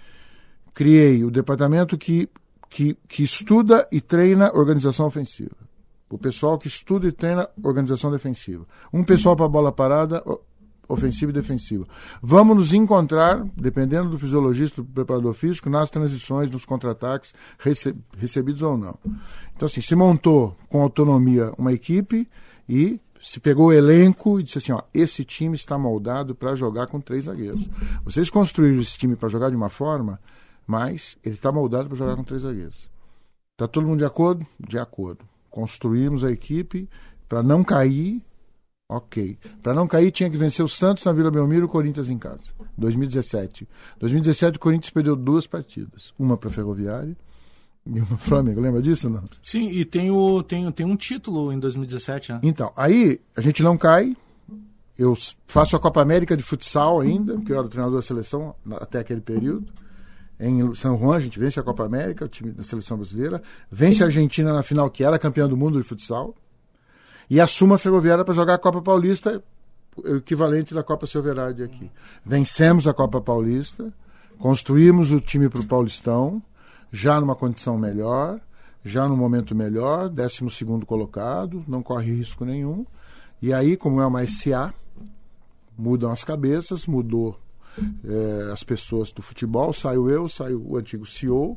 Criei o departamento que, que, que estuda e treina organização ofensiva. O pessoal que estuda e treina organização defensiva. Um pessoal para bola parada, ofensiva e defensiva. Vamos nos encontrar, dependendo do fisiologista, do preparador físico, nas transições, nos contra-ataques, rece- recebidos ou não. Então, assim, se montou com autonomia uma equipe e se pegou o elenco e disse assim, ó, esse time está moldado para jogar com três zagueiros. Vocês construíram esse time para jogar de uma forma, mas ele está moldado para jogar com três zagueiros. Está todo mundo de acordo? De acordo. Construímos a equipe para não cair, ok. Para não cair tinha que vencer o Santos na Vila Belmiro e o Corinthians em casa. dois mil e dezessete. dois mil e dezessete o Corinthians perdeu duas partidas. Uma para a Ferroviária e uma para o Flamengo. Lembra disso, não? Sim, e tem, o, tem, tem um título em dois mil e dezessete, né? Então, aí a gente não cai. Eu faço a Copa América de futsal ainda, porque eu era o treinador da seleção até aquele período. Em São Juan, a gente vence a Copa América, o time da seleção brasileira, vence a Argentina na final, que era campeã do mundo de futsal, e assume a Ferroviária para jogar a Copa Paulista, o equivalente da Copa Silverade aqui. Vencemos a Copa Paulista, construímos o time para o Paulistão, já numa condição melhor, já num momento melhor, décimo segundo colocado, não corre risco nenhum, e aí, como é uma S A, mudam as cabeças, mudou É, as pessoas do futebol, saiu eu, saiu o antigo C E O,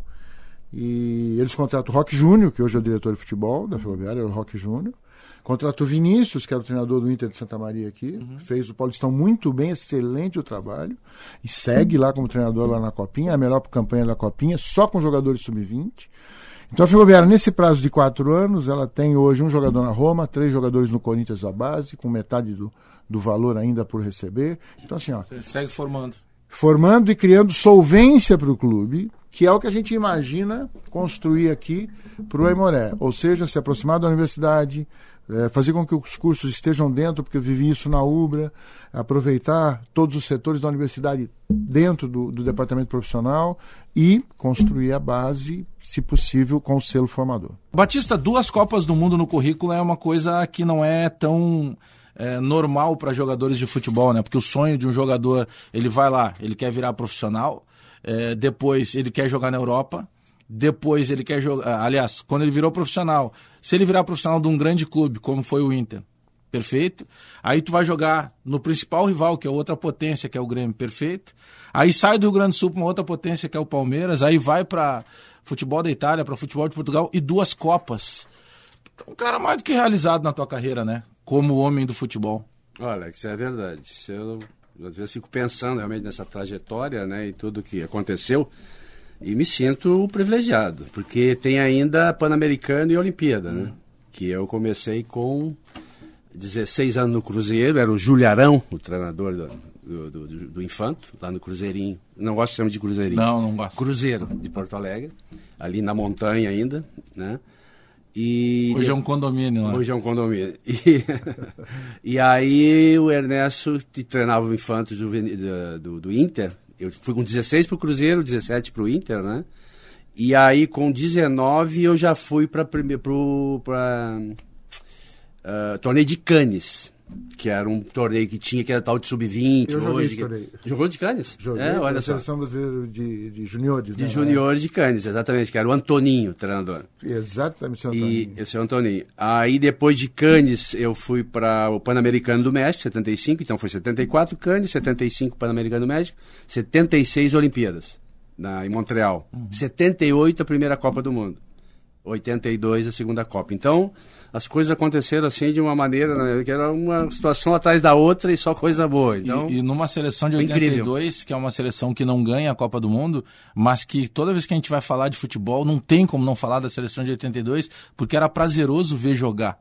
e eles contratam o Roque Júnior, que hoje é o diretor de futebol da Ferroviária, é o Roque Júnior, contratam o Vinícius, que era o treinador do Inter de Santa Maria aqui, uhum. Fez o Paulistão muito bem, excelente o trabalho, e segue lá como treinador lá na Copinha, a melhor campanha da Copinha, só com jogadores sub vinte. Então a Ferroviária, nesse prazo de quatro anos, ela tem hoje um jogador na Roma, três jogadores no Corinthians da base, com metade do, do valor ainda por receber. Então assim, ó, você segue formando. Formando e criando solvência para o clube, que é o que a gente imagina construir aqui para o Aimoré. Ou seja, se aproximar da universidade, é, fazer com que os cursos estejam dentro, porque eu vivi isso na Ubra, aproveitar todos os setores da universidade dentro do, do departamento profissional e construir a base, se possível, com o selo formador. Batista, duas Copas do Mundo no currículo é uma coisa que não é tão... É, normal para jogadores de futebol, né? Porque o sonho de um jogador, ele vai lá, ele quer virar profissional, é, depois ele quer jogar na Europa, depois ele quer jogar... Aliás, quando ele virou profissional, se ele virar profissional de um grande clube, como foi o Inter, perfeito. Aí tu vai jogar no principal rival, que é outra potência, que é o Grêmio, perfeito. Aí sai do Rio Grande do Sul para uma outra potência, que é o Palmeiras, aí vai para futebol da Itália, para futebol de Portugal, e duas Copas. Um cara mais do que realizado na tua carreira, né? Como homem do futebol. Olha, isso é verdade. Eu, às vezes, fico pensando realmente nessa trajetória, né, e tudo que aconteceu, e me sinto privilegiado, porque tem ainda Pan-Americano e Olimpíada, né? Hum. Que eu comecei com dezesseis anos no Cruzeiro, era o Juliarão, o treinador do, do, do, do Infanto, lá no Cruzeirinho. Não gosto de chamar de Cruzeirinho. Não, não gosto. Cruzeiro, de Porto Alegre, ali na montanha ainda, né? E hoje de... é um condomínio lá. Hoje é um condomínio. E, e aí o Ernesto que treinava o Infanto do, do, do Inter. Eu fui com dezesseis para o Cruzeiro, dezessete para o Inter, né? E aí com dezenove eu já fui para uh, torneio de Cannes. que era um torneio que tinha, que era tal de sub vinte. Eu joguei hoje, esse torneio. Jogou de Cannes? Joguei é, olha na só. seleção brasileira de, de juniores. De né? juniores de Cannes, exatamente, que era o Antoninho, treinador. Exatamente, seu E Antoninho. esse é o Antoninho. Aí depois de Cannes eu fui para o Pan-Americano do México, setenta e cinco, então foi setenta e quatro Cannes, setenta e cinco Pan-Americano do México, setenta e seis Olimpíadas na, em Montreal, uhum. setenta e oito a primeira Copa do Mundo, oitenta e dois a segunda Copa. Então as coisas aconteceram assim de uma maneira, né, que era uma situação atrás da outra e só coisa boa. Então, e, e numa seleção de oitenta e dois, incrível. Que é uma seleção que não ganha a Copa do Mundo, mas que toda vez que a gente vai falar de futebol, não tem como não falar da seleção de oitenta e dois, porque era prazeroso ver jogar.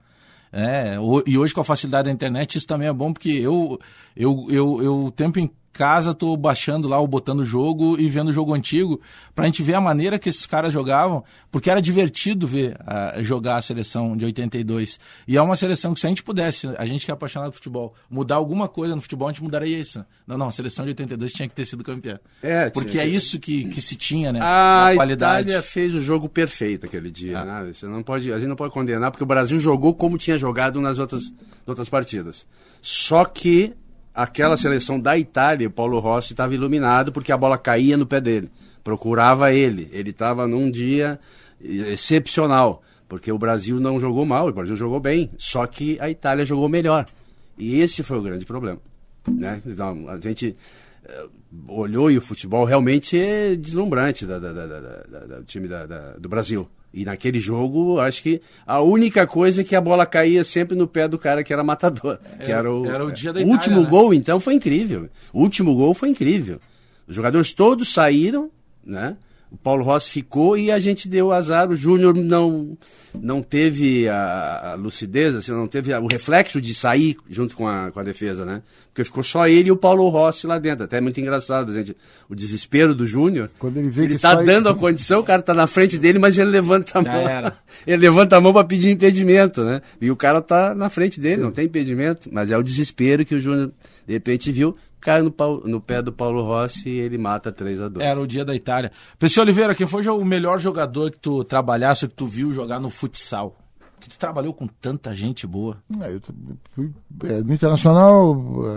É, e hoje com a facilidade da internet isso também é bom, porque eu, eu, eu, eu o tempo em casa tô baixando lá ou botando o jogo e vendo o jogo antigo pra gente ver a maneira que esses caras jogavam, porque era divertido ver uh, jogar a seleção de oitenta e dois. E é uma seleção que se a gente pudesse, a gente que é apaixonado por futebol, mudar alguma coisa no futebol, a gente mudaria isso. Não, não, a seleção de oitenta e dois tinha que ter sido campeã. É, porque tinha... é isso que, que se tinha, né? A qualidade. Itália fez o jogo perfeito aquele dia, ah. né? Você não pode, a gente não pode condenar, porque o Brasil jogou como tinha jogado nas outras, outras partidas. Só que aquela seleção da Itália, o Paulo Rossi estava iluminado porque a bola caía no pé dele. Procurava ele. Ele estava num dia excepcional, porque o Brasil não jogou mal, o Brasil jogou bem, só que a Itália jogou melhor. E esse foi o grande problema. Né? Então, a gente uh, olhou e o futebol realmente é deslumbrante da, da, da, da, da, da, do time da, da, do Brasil. E naquele jogo, acho que a única coisa é que a bola caía sempre no pé do cara que era matador. Era, que era o, era o dia da o Itália, último né? gol, então, foi incrível. O último gol foi incrível. Os jogadores todos saíram, né? O Paulo Rossi ficou e a gente deu azar. O Júnior não, não teve a, a lucidez, assim, não teve a, o reflexo de sair junto com a, com a defesa, né? Porque ficou só ele e o Paulo Rossi lá dentro. Até é muito engraçado, gente. O desespero do Júnior. Quando ele vê ele que tá sai... dando a condição, o cara tá na frente dele, mas ele levanta a mão. Ele levanta a mão para pedir impedimento, né? E o cara tá na frente dele, não tem impedimento. Mas é o desespero que o Júnior, de repente, viu. Cai no, no pé do Paulo Rossi e ele mata três a dois. Era o dia da Itália. Pessoal Oliveira, quem foi o melhor jogador que tu trabalhasse, que tu viu jogar no futsal? Que tu trabalhou com tanta gente boa. É, eu fui, é, no Internacional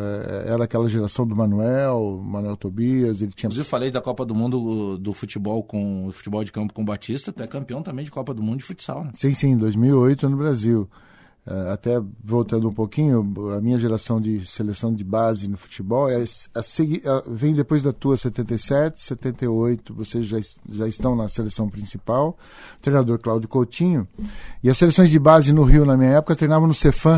é, era aquela geração do Manuel, Manuel Tobias, ele tinha... Inclusive falei da Copa do Mundo do futebol com o futebol de campo com o Batista, tu é campeão também de Copa do Mundo de futsal, né? Sim, sim, em dois mil e oito no Brasil. Uh, até voltando um pouquinho, a minha geração de seleção de base no futebol é a, a, a, vem depois da tua, setenta e sete, setenta e oito, vocês já, já estão na seleção principal, o treinador Cláudio Coutinho, e as seleções de base no Rio na minha época treinavam no Cefam,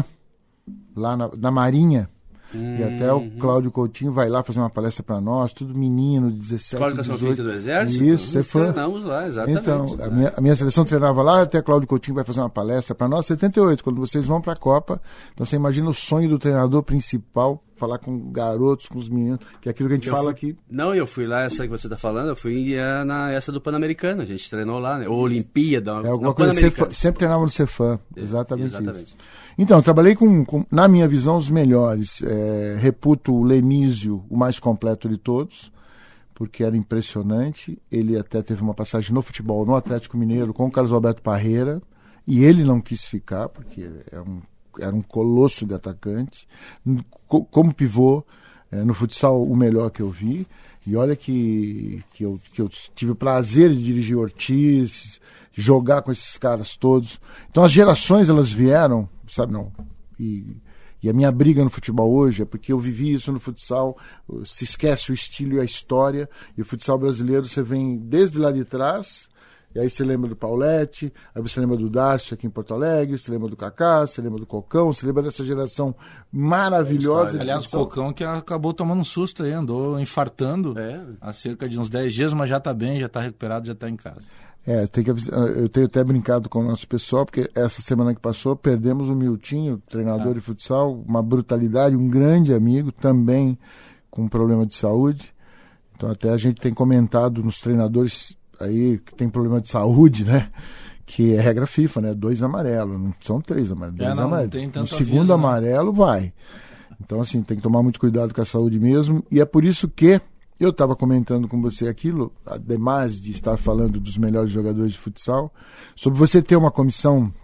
lá na, na Marinha. Hum, e até o Cláudio Coutinho vai lá fazer uma palestra para nós, tudo menino, de dezessete, Escola de Educação Física do Exército? Isso, você foi. Treinamos lá, exatamente. Então, a minha, a minha seleção treinava lá, até Cláudio Coutinho vai fazer uma palestra para nós, setenta e oito, quando vocês vão para a Copa. Então você imagina o sonho do treinador principal, falar com garotos, com os meninos, que é aquilo que a gente eu fala fui, aqui. Não, eu fui lá, essa que você está falando, eu fui é, na essa do Pan-Americano, a gente treinou lá, né? Ou Olimpíada, é alguma coisa, Cefam, sempre treinava no Cefam, exatamente, exatamente isso. Então, eu trabalhei com, com, na minha visão, os melhores. É, reputo o Lemísio, o mais completo de todos, porque era impressionante. Ele até teve uma passagem no futebol, no Atlético Mineiro, com o Carlos Alberto Parreira, e ele não quis ficar, porque é um, era um colosso de atacante. Como pivô, é, no futsal, o melhor que eu vi. E olha que, que, eu, que eu tive o prazer de dirigir Ortiz, jogar com esses caras todos. Então as gerações, elas vieram, sabe, não. E, e a minha briga no futebol hoje é porque eu vivi isso no futsal, se esquece o estilo e a história, e o futsal brasileiro você vem desde lá de trás, e aí você lembra do Paulete, aí você lembra do Darcio aqui em Porto Alegre, você lembra do Kaká, você lembra do Cocão, você lembra dessa geração maravilhosa. Aliás, o Cocão que acabou tomando um susto aí, andou infartando é. há cerca de uns dez dias, mas já está bem, já está recuperado, já está em casa. É, tem que, eu tenho até brincado com o nosso pessoal, porque essa semana que passou perdemos o Miltinho, treinador ah. de futsal, uma brutalidade, um grande amigo, também com um problema de saúde. Então até a gente tem comentado nos treinadores aí que tem problema de saúde, né? Que é regra FIFA, né? Dois amarelos, não são três amarelos, dois é, não, amarelos. Não tem tanto no segundo aviso, amarelo não. vai. Então assim, tem que tomar muito cuidado com a saúde mesmo, e é por isso que eu estava comentando com você aquilo, ademais de estar falando dos melhores jogadores de futsal, sobre você ter uma comissão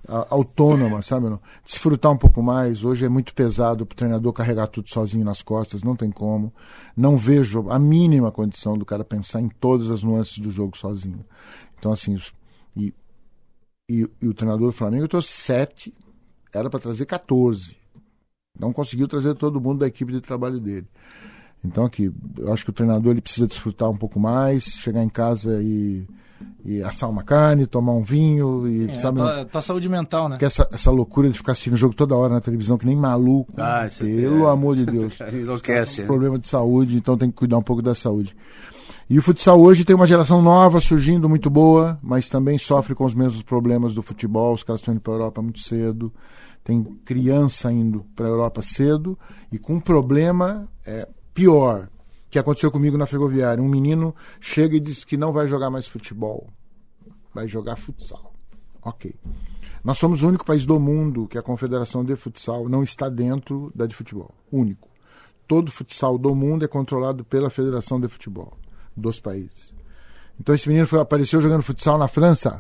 a, autônoma, sabe? Não? Desfrutar um pouco mais. Hoje é muito pesado para o treinador carregar tudo sozinho nas costas, não tem como. Não vejo a mínima condição do cara pensar em todas as nuances do jogo sozinho. Então, assim, e, e, e o treinador do Flamengo trouxe sete, era para trazer quatorze. Não conseguiu trazer todo mundo da equipe de trabalho dele. Então, aqui, eu acho que o treinador ele precisa desfrutar um pouco mais, chegar em casa e, e assar uma carne, tomar um vinho. E, é, sabe, tá, tá saúde mental, né? Que essa, essa loucura de ficar assistindo o jogo toda hora na televisão, que nem maluco. Ah, pelo é, amor de Deus. Enlouquece. É um problema de saúde, então tem que cuidar um pouco da saúde. E o futsal hoje tem uma geração nova surgindo, muito boa, mas também sofre com os mesmos problemas do futebol. Os caras estão indo para a Europa muito cedo. Tem criança indo para a Europa cedo e com um problema é, pior, que aconteceu comigo na Ferroviária. Um menino chega e diz que não vai jogar mais futebol, vai jogar futsal. Ok. Nós somos o único país do mundo que a Confederação de Futsal não está dentro da de futebol. Único. Todo futsal do mundo é controlado pela Federação de Futebol dos países. Então esse menino foi, apareceu jogando futsal na França.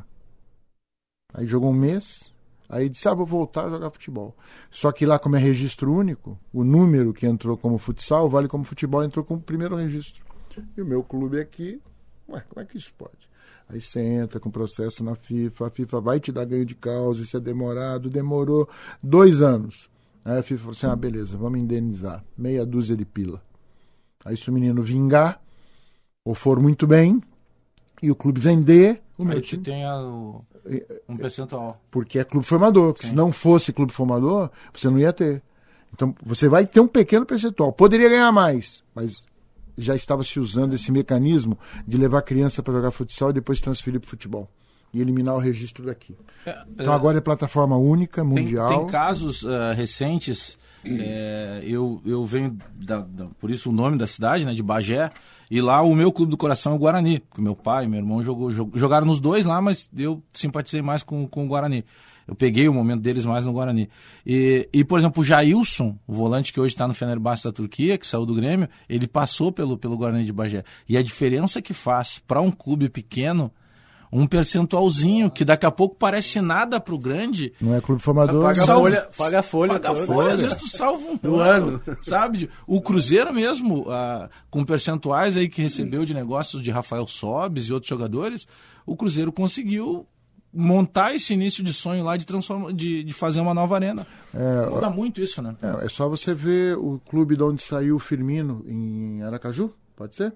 Aí jogou um mês... Aí disse, ah, vou voltar a jogar futebol. Só que lá, como é registro único, o número que entrou como futsal vale como futebol, entrou como primeiro registro. E o meu clube aqui, ué, como é que isso pode? Aí você entra com processo na FIFA, a FIFA vai te dar ganho de causa, isso é demorado, demorou dois anos. Aí a FIFA falou assim, ah, beleza, vamos indenizar, meia dúzia de pila. Aí se o menino vingar, ou for muito bem, e o clube vender, o meu Aí time... tem a, o, um percentual. Porque é clube formador. Porque se não fosse clube formador, você não ia ter. Então, você vai ter um pequeno percentual. Poderia ganhar mais, mas já estava se usando esse mecanismo de levar a criança para jogar futsal e depois transferir para o futebol. E eliminar o registro daqui. É, então, é, agora é plataforma única, mundial. Tem, tem casos uh, recentes... É, eu, eu venho, da, da, por isso o nome da cidade, né, de Bagé, e lá o meu clube do coração é o Guarani, porque meu pai e meu irmão jogou, jog, jogaram nos dois lá, mas eu simpatizei mais com, com o Guarani. Eu peguei o momento deles mais no Guarani. E, e por exemplo, o Jailson, o volante que hoje está no Fenerbahçe da Turquia, que saiu do Grêmio, ele passou pelo, pelo Guarani de Bagé. E a diferença que faz para um clube pequeno, um percentualzinho que daqui a pouco parece nada pro grande. Não é clube formador. Paga a folha, paga a folha. Paga a folha, às vezes tu salva um do ano, sabe? O Cruzeiro mesmo, ah, com percentuais aí que recebeu de negócios de Rafael Sobes e outros jogadores, o Cruzeiro conseguiu montar esse início de sonho lá de, transforma, de, de fazer uma nova arena. É, Muda muito isso, né? É, é só você ver o clube de onde saiu o Firmino em Aracaju, pode ser?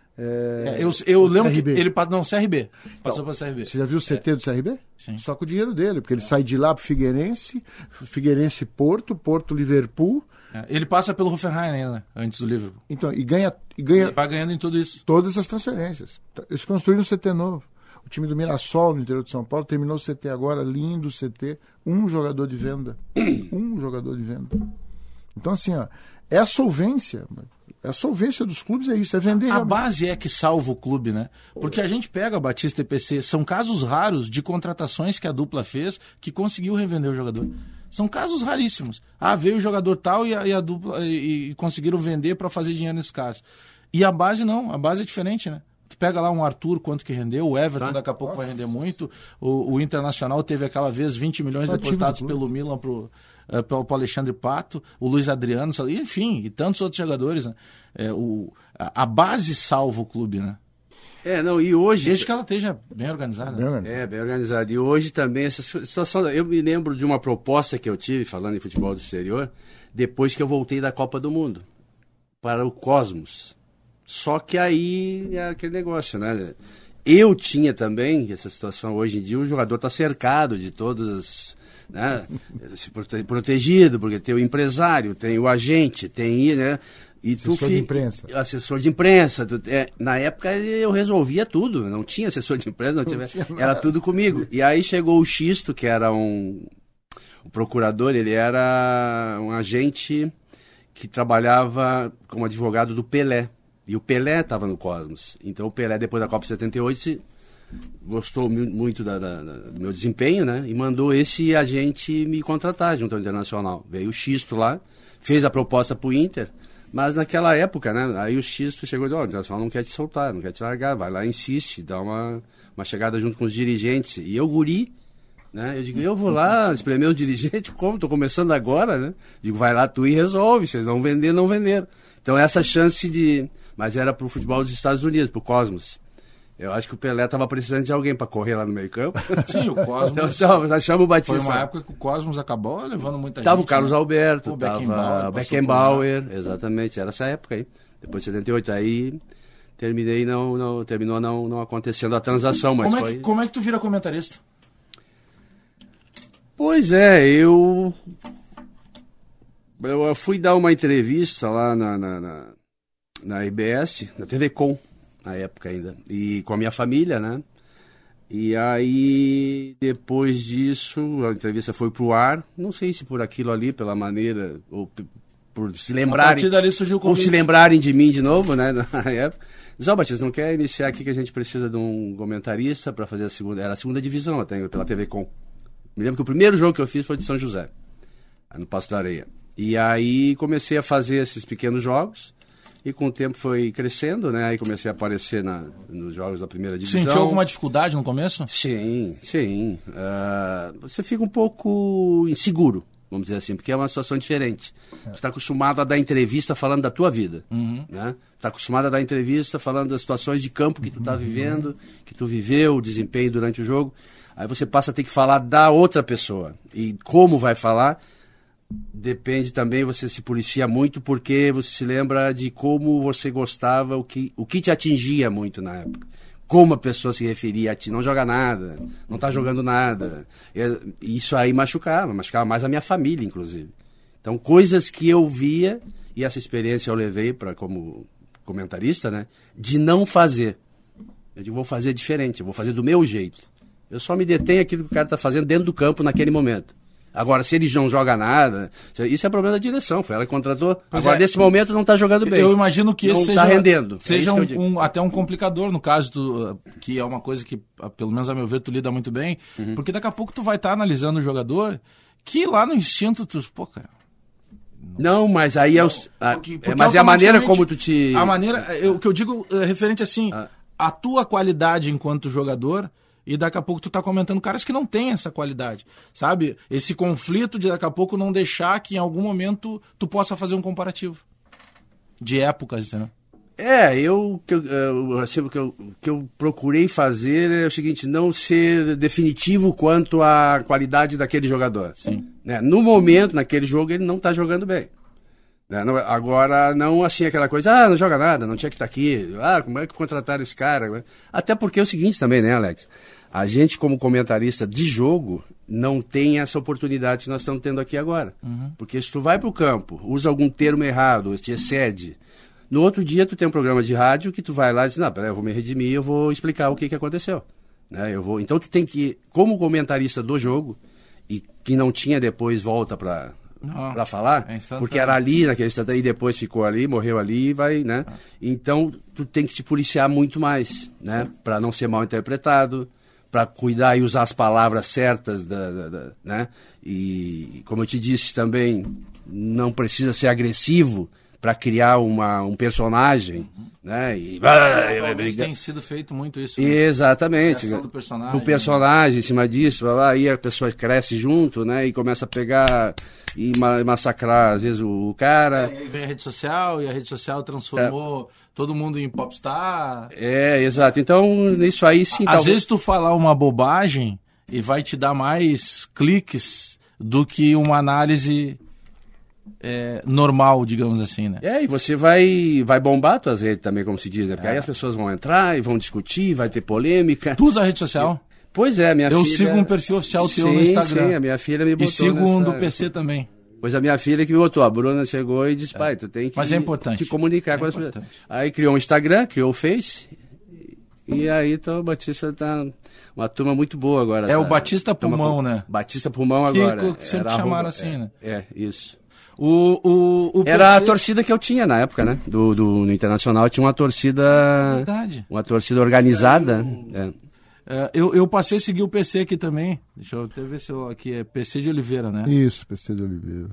É, é, eu eu lembro C R B. Que ele não, C R B. Passou então, para C R B. Você já viu o C T é. do C R B? Sim. Só com o dinheiro dele, porque ele é. sai de lá pro Figueirense, Figueirense Porto, Porto Liverpool. É. Ele passa pelo Hoffenheim ainda, né? Antes do Liverpool. Então, e ganha. E ganha ele vai ganhando em tudo isso. Todas as transferências. Eles construíram um C T novo. O time do Mirassol, no interior de São Paulo, terminou o C T agora, lindo C T. Um jogador de venda. um jogador de venda. Então, assim, ó, é a solvência. A solvência dos clubes é isso, é vender. A base é que salva o clube, né? Porque a gente pega a Batista e P C, são casos raros de contratações que a dupla fez que conseguiu revender o jogador. São casos raríssimos. Ah, veio o jogador tal e a, e a dupla e, e conseguiram vender para fazer dinheiro nesses caras. E a base não, a base é diferente, né? Tu pega lá um Arthur, quanto que rendeu, o Everton tá. daqui a pouco vai render muito, o, o Internacional teve aquela vez vinte milhões tá depositados pelo Milan pro Uh, para o Alexandre Pato, o Luiz Adriano, enfim, e tantos outros jogadores, né? É, o, a, a base salva o clube, né? É, não, e hoje... Desde que ela esteja bem organizada. Bem organizada. É, bem organizada. E hoje também essa situação... Eu me lembro de uma proposta que eu tive, falando em futebol do exterior, depois que eu voltei da Copa do Mundo, para o Cosmos. Só que aí é aquele negócio, né? Eu tinha também essa situação, hoje em dia o jogador está cercado de todas as... Né? Se prote- protegido, porque tem o empresário, tem o agente, tem, né? E assessor tu de imprensa. Assessor de imprensa. Tu, é, na época eu resolvia tudo, não tinha assessor de imprensa, não, não tinha, era tudo comigo. E aí chegou o Xisto, que era um o procurador, ele era um agente que trabalhava como advogado do Pelé. E o Pelé estava no Cosmos. Então o Pelé, depois da Copa setenta e oito, se gostou muito da, da, da, do meu desempenho, né? E mandou esse agente me contratar junto ao Internacional. Veio o Xisto lá, fez a proposta pro Inter, mas naquela época, né? Aí o Xisto chegou e disse, ó, oh, o Internacional não quer te soltar, não quer te largar, vai lá, insiste, dá uma, uma chegada junto com os dirigentes. E eu, guri, Né? Eu digo, eu vou lá espremer o dirigente, como? Estou começando agora, né? Digo, vai lá tu e resolve, vocês vão vender, não venderam. Então essa chance de... Mas era pro futebol dos Estados Unidos, pro Cosmos. Eu acho que o Pelé estava precisando de alguém para correr lá no meio campo. Sim, o Cosmos... Então chama, chama o Batista. Foi uma época que o Cosmos acabou levando muita tava gente. o Carlos né? Alberto, o tava Beckenbauer, o Beckenbauer, exatamente, era essa época aí. Depois de setenta e oito, aí terminei, não, não, terminou não, não acontecendo a transação, mas como foi... É que, como é que tu vira comentarista? Pois é, eu... Eu fui dar uma entrevista lá na, na, na, na R B S, na T V Com, na época ainda, e com a minha família, né? E aí, depois disso, a entrevista foi pro ar, não sei se por aquilo ali, pela maneira, ou p- por se lembrarem... A partir dali surgiu o ou convite. se lembrarem de mim de novo, né, na época. Diz, ó, Batista, não quer iniciar aqui que a gente precisa de um comentarista para fazer a segunda... Era a segunda divisão até, pela T V Com. Me lembro que o primeiro jogo que eu fiz foi de São José, no Passo da Areia. E aí comecei a fazer esses pequenos jogos, e com o tempo foi crescendo, né? Aí comecei a aparecer na, nos jogos da primeira divisão. Sentiu alguma dificuldade no começo? Sim, sim. Uh, você fica um pouco inseguro, vamos dizer assim, porque é uma situação diferente. É. Você está acostumado a dar entrevista falando da tua vida, uhum. né? Está acostumado a dar entrevista falando das situações de campo que tu está vivendo, que tu viveu, o desempenho durante o jogo. Aí você passa a ter que falar da outra pessoa. E como vai falar, depende também, você se policia muito, porque você se lembra de como você gostava, o que, o que te atingia muito na época. Como a pessoa se referia a ti, não joga nada, não está jogando nada. E isso aí machucava, machucava mais a minha família, inclusive. Então, coisas que eu via, e essa experiência eu levei para como comentarista, né, de não fazer. Eu digo, vou fazer diferente, eu vou fazer do meu jeito. Eu só me detenho aquilo que o cara está fazendo dentro do campo naquele momento. Agora, se ele não joga nada, isso é problema da direção, foi ela que contratou. Pois Agora, é, nesse momento, não está jogando bem. Eu imagino que não esse está rendendo. Seja é um, um, até um complicador, no caso, do, que é uma coisa que, pelo menos a meu ver, tu lida muito bem, uhum. porque daqui a pouco tu vai estar tá analisando o jogador, que lá no instinto tu... Pô, cara, não, não, mas aí é, o, a, porque, porque é mas é a maneira como tu te... A maneira, o que eu digo é referente assim, ah. a tua qualidade enquanto jogador... E daqui a pouco tu tá comentando caras que não têm essa qualidade, sabe? Esse conflito de daqui a pouco não deixar que em algum momento tu possa fazer um comparativo de épocas, entendeu? É, eu, eu, assim, o que eu, que eu procurei fazer é o seguinte, não ser definitivo quanto à qualidade daquele jogador. Sim. Né? No momento, naquele jogo, ele não tá jogando bem. Né? Não, agora, não assim aquela coisa, ah, não joga nada, não tinha que estar aqui, ah, como é que contrataram esse cara? Até porque é o seguinte também, né, Alex? A gente, como comentarista de jogo, não tem essa oportunidade que nós estamos tendo aqui agora. Uhum. Porque se tu vai para o campo, usa algum termo errado, te excede, no outro dia tu tem um programa de rádio que tu vai lá e diz, não, peraí, eu vou me redimir, eu vou explicar o que, que aconteceu. Né? Eu vou... Então tu tem que, como comentarista do jogo, e que não tinha depois volta para... Não, para falar, é porque era ali naquele instante, e depois ficou ali, morreu ali e vai, né? Ah. Então, tu tem que te policiar muito mais, né? Para não ser mal interpretado, para cuidar e usar as palavras certas, da, da, da, né? E, como eu te disse também, não precisa ser agressivo para criar uma, um personagem, uhum. né? E, ah, tem sido feito muito isso. Né? Exatamente. Do personagem. O personagem, né? Em cima disso, aí a pessoa cresce junto, né? E começa a pegar e ma- massacrar, às vezes, o, o cara. É, e aí vem a rede social, e a rede social transformou é. todo mundo em popstar. É, exato. Então, isso aí sim... Às talvez... vezes tu falar uma bobagem e vai te dar mais cliques do que uma análise... É, normal, digamos assim, né? É, e você vai, vai bombar tuas redes também, como se diz, né? Porque é. aí as pessoas vão entrar e vão discutir, vai ter polêmica. Tu usa a rede social? Pois é, minha eu filha... Eu sigo um perfil oficial teu sim, no Instagram. Sim, a minha filha me botou E sigo nessa... um do P C também. Pois a minha filha que me botou, a Bruna chegou e disse, pai, tu tem que Mas é importante. te comunicar é com as importante. pessoas. Aí criou um Instagram, criou o Face, e aí então o Batista tá uma turma muito boa agora. É tá, o Batista Pulmão, com... né? Batista Pulmão agora. Que, que sempre chamaram assim, é, né? É, isso. O, o, o Era P C... a torcida que eu tinha na época, né? Do, do, no Internacional tinha uma torcida... É verdade. Uma torcida organizada. É, é. É, eu, eu passei a seguir o P C aqui também. Deixa eu até ver se eu... Aqui é P C de Oliveira, né? Isso, P C de Oliveira.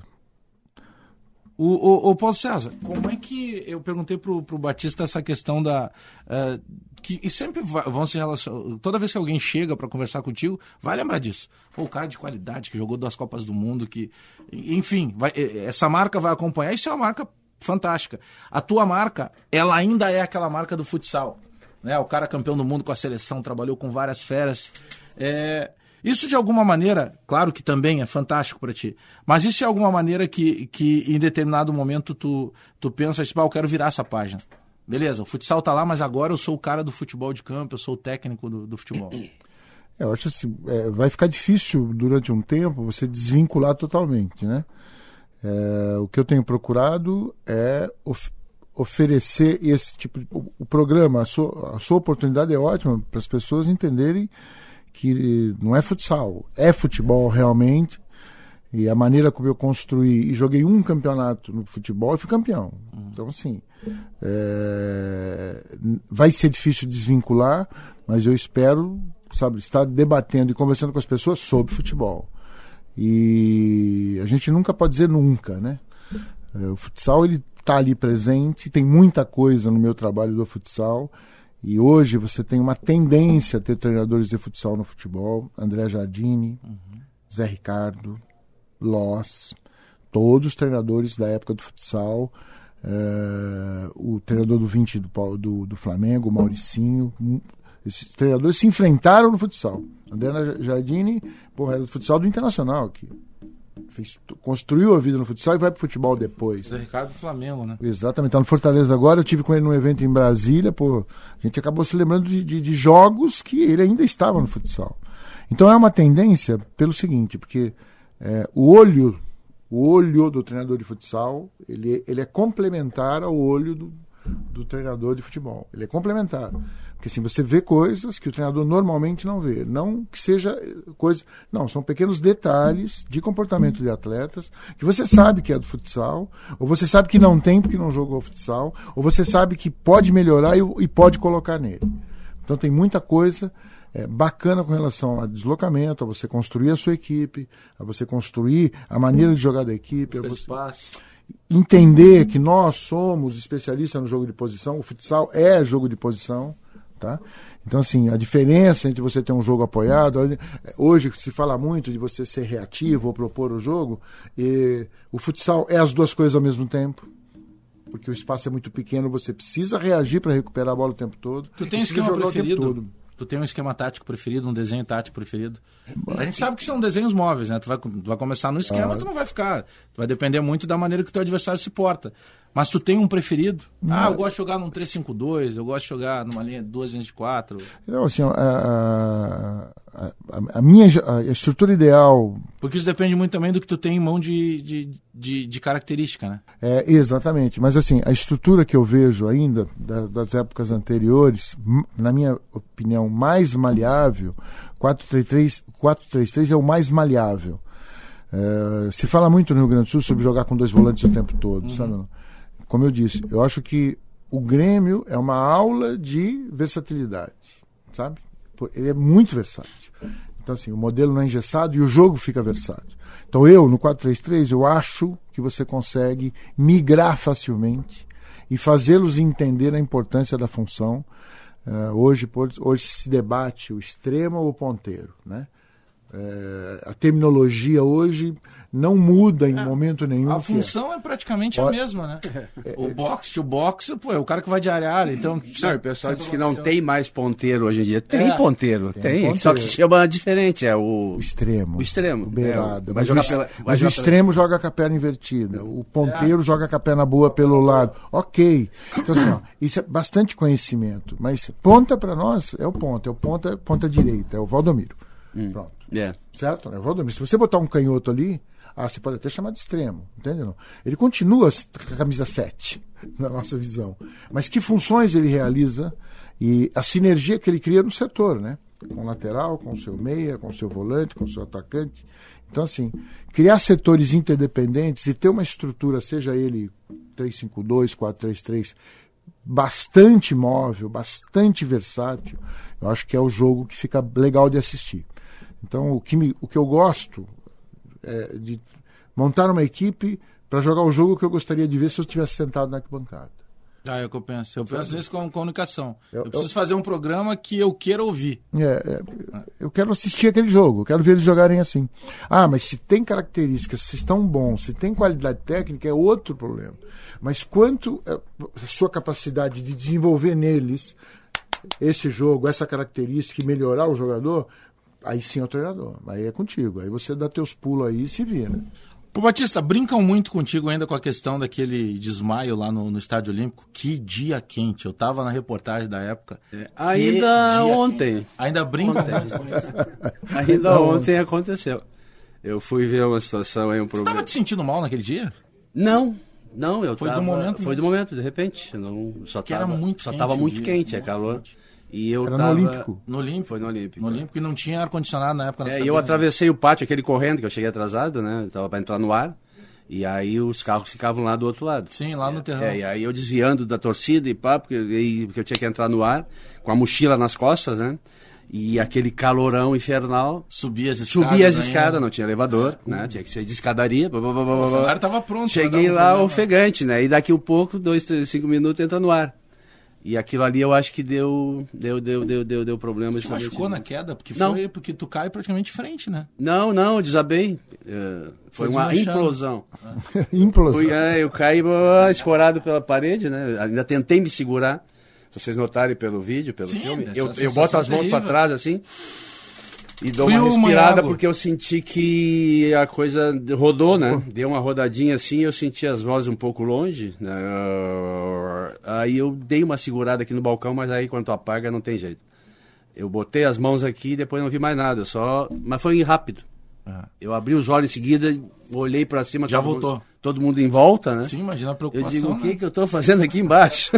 O, o, o Paulo César, como é que... Eu perguntei pro, pro Batista essa questão da... Uh, que e sempre vai, vão se relacionar. Toda vez que alguém chega para conversar contigo, vai lembrar disso. Pô, o cara de qualidade que jogou duas Copas do Mundo, que, enfim, vai, essa marca vai acompanhar. Isso é uma marca fantástica. A tua marca, ela ainda é aquela marca do futsal, né? O cara campeão do mundo com a seleção, trabalhou com várias feras. É, isso de alguma maneira, claro que também é fantástico para ti, mas isso é alguma maneira que, que em determinado momento tu, tu pensa, tipo, ah, eu quero virar essa página. Beleza, o futsal tá lá, mas agora eu sou o cara do futebol de campo, eu sou o técnico do, do futebol. É, eu acho assim, é, vai ficar difícil durante um tempo você desvincular totalmente, né? É, o que eu tenho procurado é of, oferecer esse tipo de... O, o programa, a sua, a sua oportunidade é ótima para as pessoas entenderem que não é futsal, é futebol realmente. E a maneira como eu construí, e joguei um campeonato no futebol e fui campeão. Uhum. Então, assim, é, vai ser difícil desvincular, mas eu espero, sabe, estar debatendo e conversando com as pessoas sobre futebol. E a gente nunca pode dizer nunca, né? É, o futsal, ele está ali presente, tem muita coisa no meu trabalho do futsal, e hoje você tem uma tendência a ter treinadores de futsal no futebol, André Jardini, uhum. Zé Ricardo, Loss, todos os treinadores da época do futsal, uh, o treinador do vinte do, do, do Flamengo, o Mauricinho, esses treinadores se enfrentaram no futsal. André Jardini, porra, era do futsal do Internacional aqui. Fez, construiu a vida no futsal e vai pro futebol depois. Zé Ricardo do Flamengo, né? Exatamente, tá no Fortaleza agora. Eu tive com ele num evento em Brasília, pô, a gente acabou se lembrando de, de, de jogos que ele ainda estava no futsal. Então é uma tendência pelo seguinte, porque É, o olho o olho do treinador de futsal ele, ele é complementar ao olho do, do treinador de futebol. Ele é complementar. Porque assim, você vê coisas que o treinador normalmente não vê. Não que seja coisa. Não, são pequenos detalhes de comportamento de atletas que você sabe que é do futsal, ou você sabe que não tem porque não jogou futsal, ou você sabe que pode melhorar e, e pode colocar nele. Então tem muita coisa É, bacana com relação a deslocamento, a você construir a sua equipe, a você construir a maneira de jogar da equipe, a você entender que nós somos especialistas no jogo de posição, o futsal é jogo de posição, tá? Então, assim, a diferença entre você ter um jogo apoiado, hoje se fala muito de você ser reativo ou propor o jogo, e o futsal é as duas coisas ao mesmo tempo. Porque o espaço é muito pequeno, você precisa reagir para recuperar a bola o tempo todo. Tu tem esquema preferido? Tu tem um esquema tático preferido, um desenho tático preferido? A gente sabe que são desenhos móveis, né? Tu vai, tu vai começar no esquema, ah. tu não vai ficar. Tu vai depender muito da maneira que o teu adversário se porta. Mas tu tem um preferido? Não. Ah, eu gosto de jogar num três cinco dois, eu gosto de jogar numa linha duas linhas de quatro. Não, assim, a, a, a, a minha a estrutura ideal... Porque isso depende muito também do que tu tem em mão de, de, de, de característica, né? É, exatamente. Mas assim, a estrutura que eu vejo ainda da, das épocas anteriores, na minha opinião, mais maleável, quatro três três é o mais maleável. É, se fala muito no Rio Grande do Sul sobre jogar com dois volantes o tempo todo, uhum. sabe? Como eu disse, eu acho que o Grêmio é uma aula de versatilidade, sabe? Ele é muito versátil. Então, assim, o modelo não é engessado e o jogo fica versátil. Então, eu, no quatro três três, eu acho que você consegue migrar facilmente e fazê-los entender a importância da função. Uh, hoje, hoje se debate o extremo ou o ponteiro, né? É, a terminologia hoje não muda em é, momento nenhum. A função é, é praticamente Pode... a mesma, né? É, o box to box, pô, é o cara que vai de área a área. Então, não, o pessoal diz que não tem mais ponteiro hoje em dia. Tem é, ponteiro, tem, tem ponteiro. Só que chama diferente, é o, o extremo. O extremo. O beirado. É, mas mas, o, pela, mas o extremo pela... joga com a perna invertida. O ponteiro é. joga com a perna boa pelo lado. Ok. Então, assim, ó, isso é bastante conhecimento. Mas ponta para nós é o ponta, é o ponta, ponta direita, é o Valdomiro. Hum. Pronto. Yeah. Certo? Valdomiro. Se você botar um canhoto ali, ah, você pode até chamar de extremo, entende? Não? Ele continua com a camisa sete, na nossa visão. Mas que funções ele realiza e a sinergia que ele cria no setor, né? Com o lateral, com o seu meia, com o seu volante, com o seu atacante. Então, assim, criar setores interdependentes e ter uma estrutura, seja ele três cinco dois, quatro três três, bastante móvel, bastante versátil, eu acho que é o jogo que fica legal de assistir. Então, o que, me, o que eu gosto é de montar uma equipe para jogar o jogo que eu gostaria de ver se eu estivesse sentado na arquibancada. Ah, é o que eu penso. Eu penso nisso com comunicação. Eu, eu preciso eu... fazer um programa que eu queira ouvir. É, é, eu quero assistir aquele jogo, eu quero ver eles jogarem assim. Ah, mas se tem características, se estão bons, se tem qualidade técnica, é outro problema. Mas quanto a sua capacidade de desenvolver neles esse jogo, essa característica e melhorar o jogador, aí sim é o treinador. Aí é contigo. Aí você dá teus pulos aí e se vira. Ô Batista, brincam muito contigo ainda com a questão daquele desmaio lá no, no Estádio Olímpico. Que dia quente. Eu tava na reportagem da época. É, ainda ontem. Quente. Ainda brincam ontem. muito com isso. Ainda ontem aconteceu. Eu fui ver uma situação aí, um problema. Você tava te sentindo mal naquele dia? Não. Não, eu foi tava... do momento Foi mesmo. do momento, de repente. Eu não, só que tava, era muito só quente. tava muito dia, quente, é muito calor. Quente. E eu era tava... no Olímpico? No Olímpico. Foi no Olímpico. No Olímpico e não tinha ar-condicionado na época. É, e eu atravessei o pátio, aquele correndo, que eu cheguei atrasado, né? Eu tava pra entrar no ar. E aí os carros ficavam lá do outro lado. Sim, lá no terreno. É, e aí eu desviando da torcida e pá, porque, e, porque eu tinha que entrar no ar, com a mochila nas costas, né? E aquele calorão infernal. Subia as escadas. Subia as escadas, não tinha elevador, né? Tinha que ser de escadaria. Blá, blá, blá, blá, blá. O cenário tava pronto. Cheguei um lá problema. ofegante, né? E daqui a um pouco, dois, três, cinco minutos, entra no ar. E aquilo ali eu acho que deu deu deu deu deu, deu problema. Te machucou na queda? Porque não. foi porque tu cai praticamente de frente, né? Não, não, eu desabei. Uh, foi, foi uma desmanchando. Implosão. Implosão. Fui, é, eu caí uh, escorado pela parede, né? Ainda tentei me segurar. Se vocês notarem pelo vídeo, pelo Sim, filme, essa eu, eu boto as mãos para trás assim e dou Fui uma respirada uma porque eu senti que a coisa rodou, né? Deu uma rodadinha assim, eu senti as vozes um pouco longe, né? Aí eu dei uma segurada aqui no balcão, mas aí quando tu apaga não tem jeito. Eu botei as mãos aqui e depois não vi mais nada, só... mas foi rápido. Ah. Eu abri os olhos em seguida, olhei para cima. Já todo voltou. Mundo, todo mundo em volta, né? Sim, imagina a preocupação. Eu digo, né? o que, que eu estou fazendo aqui embaixo?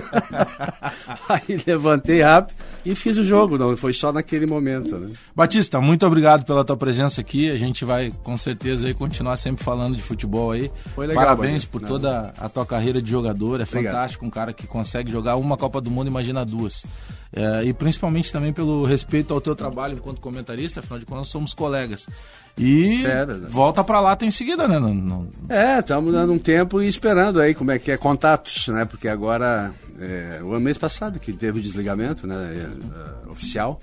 Aí levantei rápido e fiz o jogo, não foi só naquele momento, né? Batista, muito obrigado pela tua presença aqui. A gente vai com certeza aí continuar sempre falando de futebol aí. Foi legal. Parabéns Batista. por não. toda a tua carreira de jogador. É obrigado. Fantástico um cara que consegue jogar uma Copa do Mundo, imagina duas. É, e principalmente também pelo respeito ao teu trabalho enquanto comentarista, afinal de contas somos colegas. E é, volta pra lá em seguida, né? Não, não... É, estamos dando um tempo e esperando aí como é que é contatos, né? Porque agora, é, o mês passado que teve o desligamento, né? É, é, oficial.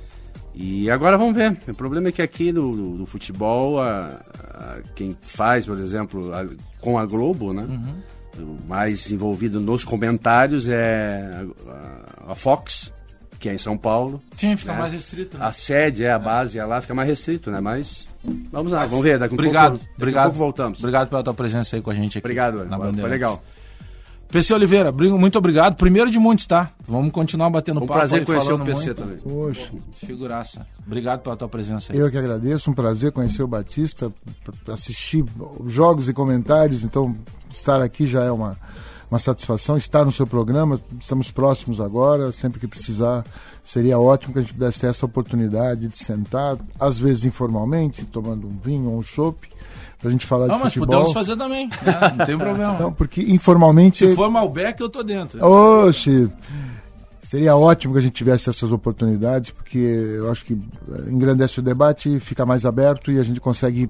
E agora vamos ver. O problema é que aqui no, no, no futebol, a, a, quem faz, por exemplo, a, com a Globo, né? Uhum. O mais envolvido nos comentários é a, a Fox, que é em São Paulo. Sim, fica né? mais restrito. Né? A sede, é a base, é lá, fica mais restrito, né? Mas vamos lá, Mas, vamos ver. Daqui um obrigado, pouco, daqui obrigado. Um pouco voltamos. Obrigado pela tua presença aí com a gente aqui. Obrigado, na foi legal. P C Oliveira, muito obrigado. Primeiro de muitos, tá? Vamos continuar batendo um papo. Um prazer conhecer o P C muito. também. Poxa. Figuraça. Obrigado pela tua presença aí. Eu que agradeço, um prazer conhecer o Batista, assistir jogos e comentários, então estar aqui já é uma, uma satisfação. Estar no seu programa, estamos próximos agora, sempre que precisar, seria ótimo que a gente pudesse ter essa oportunidade de sentar, às vezes informalmente, tomando um vinho ou um chopp, pra gente falar não, de mas futebol. Podemos fazer também, né? Não tem problema. Não, porque informalmente... Se for Malbec, eu tô dentro. Oxe, seria ótimo que a gente tivesse essas oportunidades, porque eu acho que engrandece o debate, fica mais aberto e a gente consegue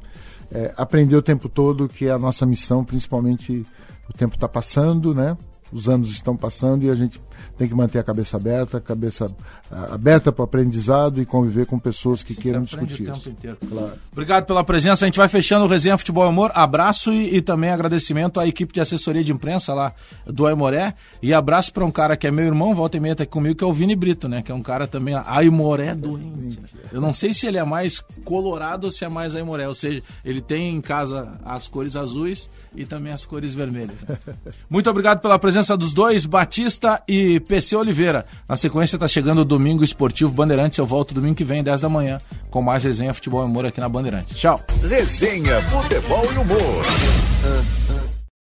é, aprender o tempo todo, que é a nossa missão, principalmente o tempo está passando, né? Os anos estão passando e a gente tem que manter a cabeça aberta, a cabeça a, aberta para o aprendizado e conviver com pessoas que queiram discutir o isso. tempo inteiro. Claro. Obrigado pela presença. A gente vai fechando o Resenha Futebol e Humor. Abraço e, e também agradecimento à equipe de assessoria de imprensa lá do Aimoré. E abraço para um cara que é meu irmão, volta e meia tá aqui comigo, que é o Vini Brito, né? Que é um cara também Aimoré doente. Eu não sei se ele é mais colorado ou se é mais Aimoré. Ou seja, ele tem em casa as cores azuis e também as cores vermelhas. Muito obrigado pela presença dos dois, Batista e P C Oliveira. Na sequência tá chegando o Domingo Esportivo Bandeirantes. Eu volto domingo que vem, dez da manhã, com mais Resenha Futebol e Humor aqui na Bandeirantes. Tchau. Resenha Futebol e Humor.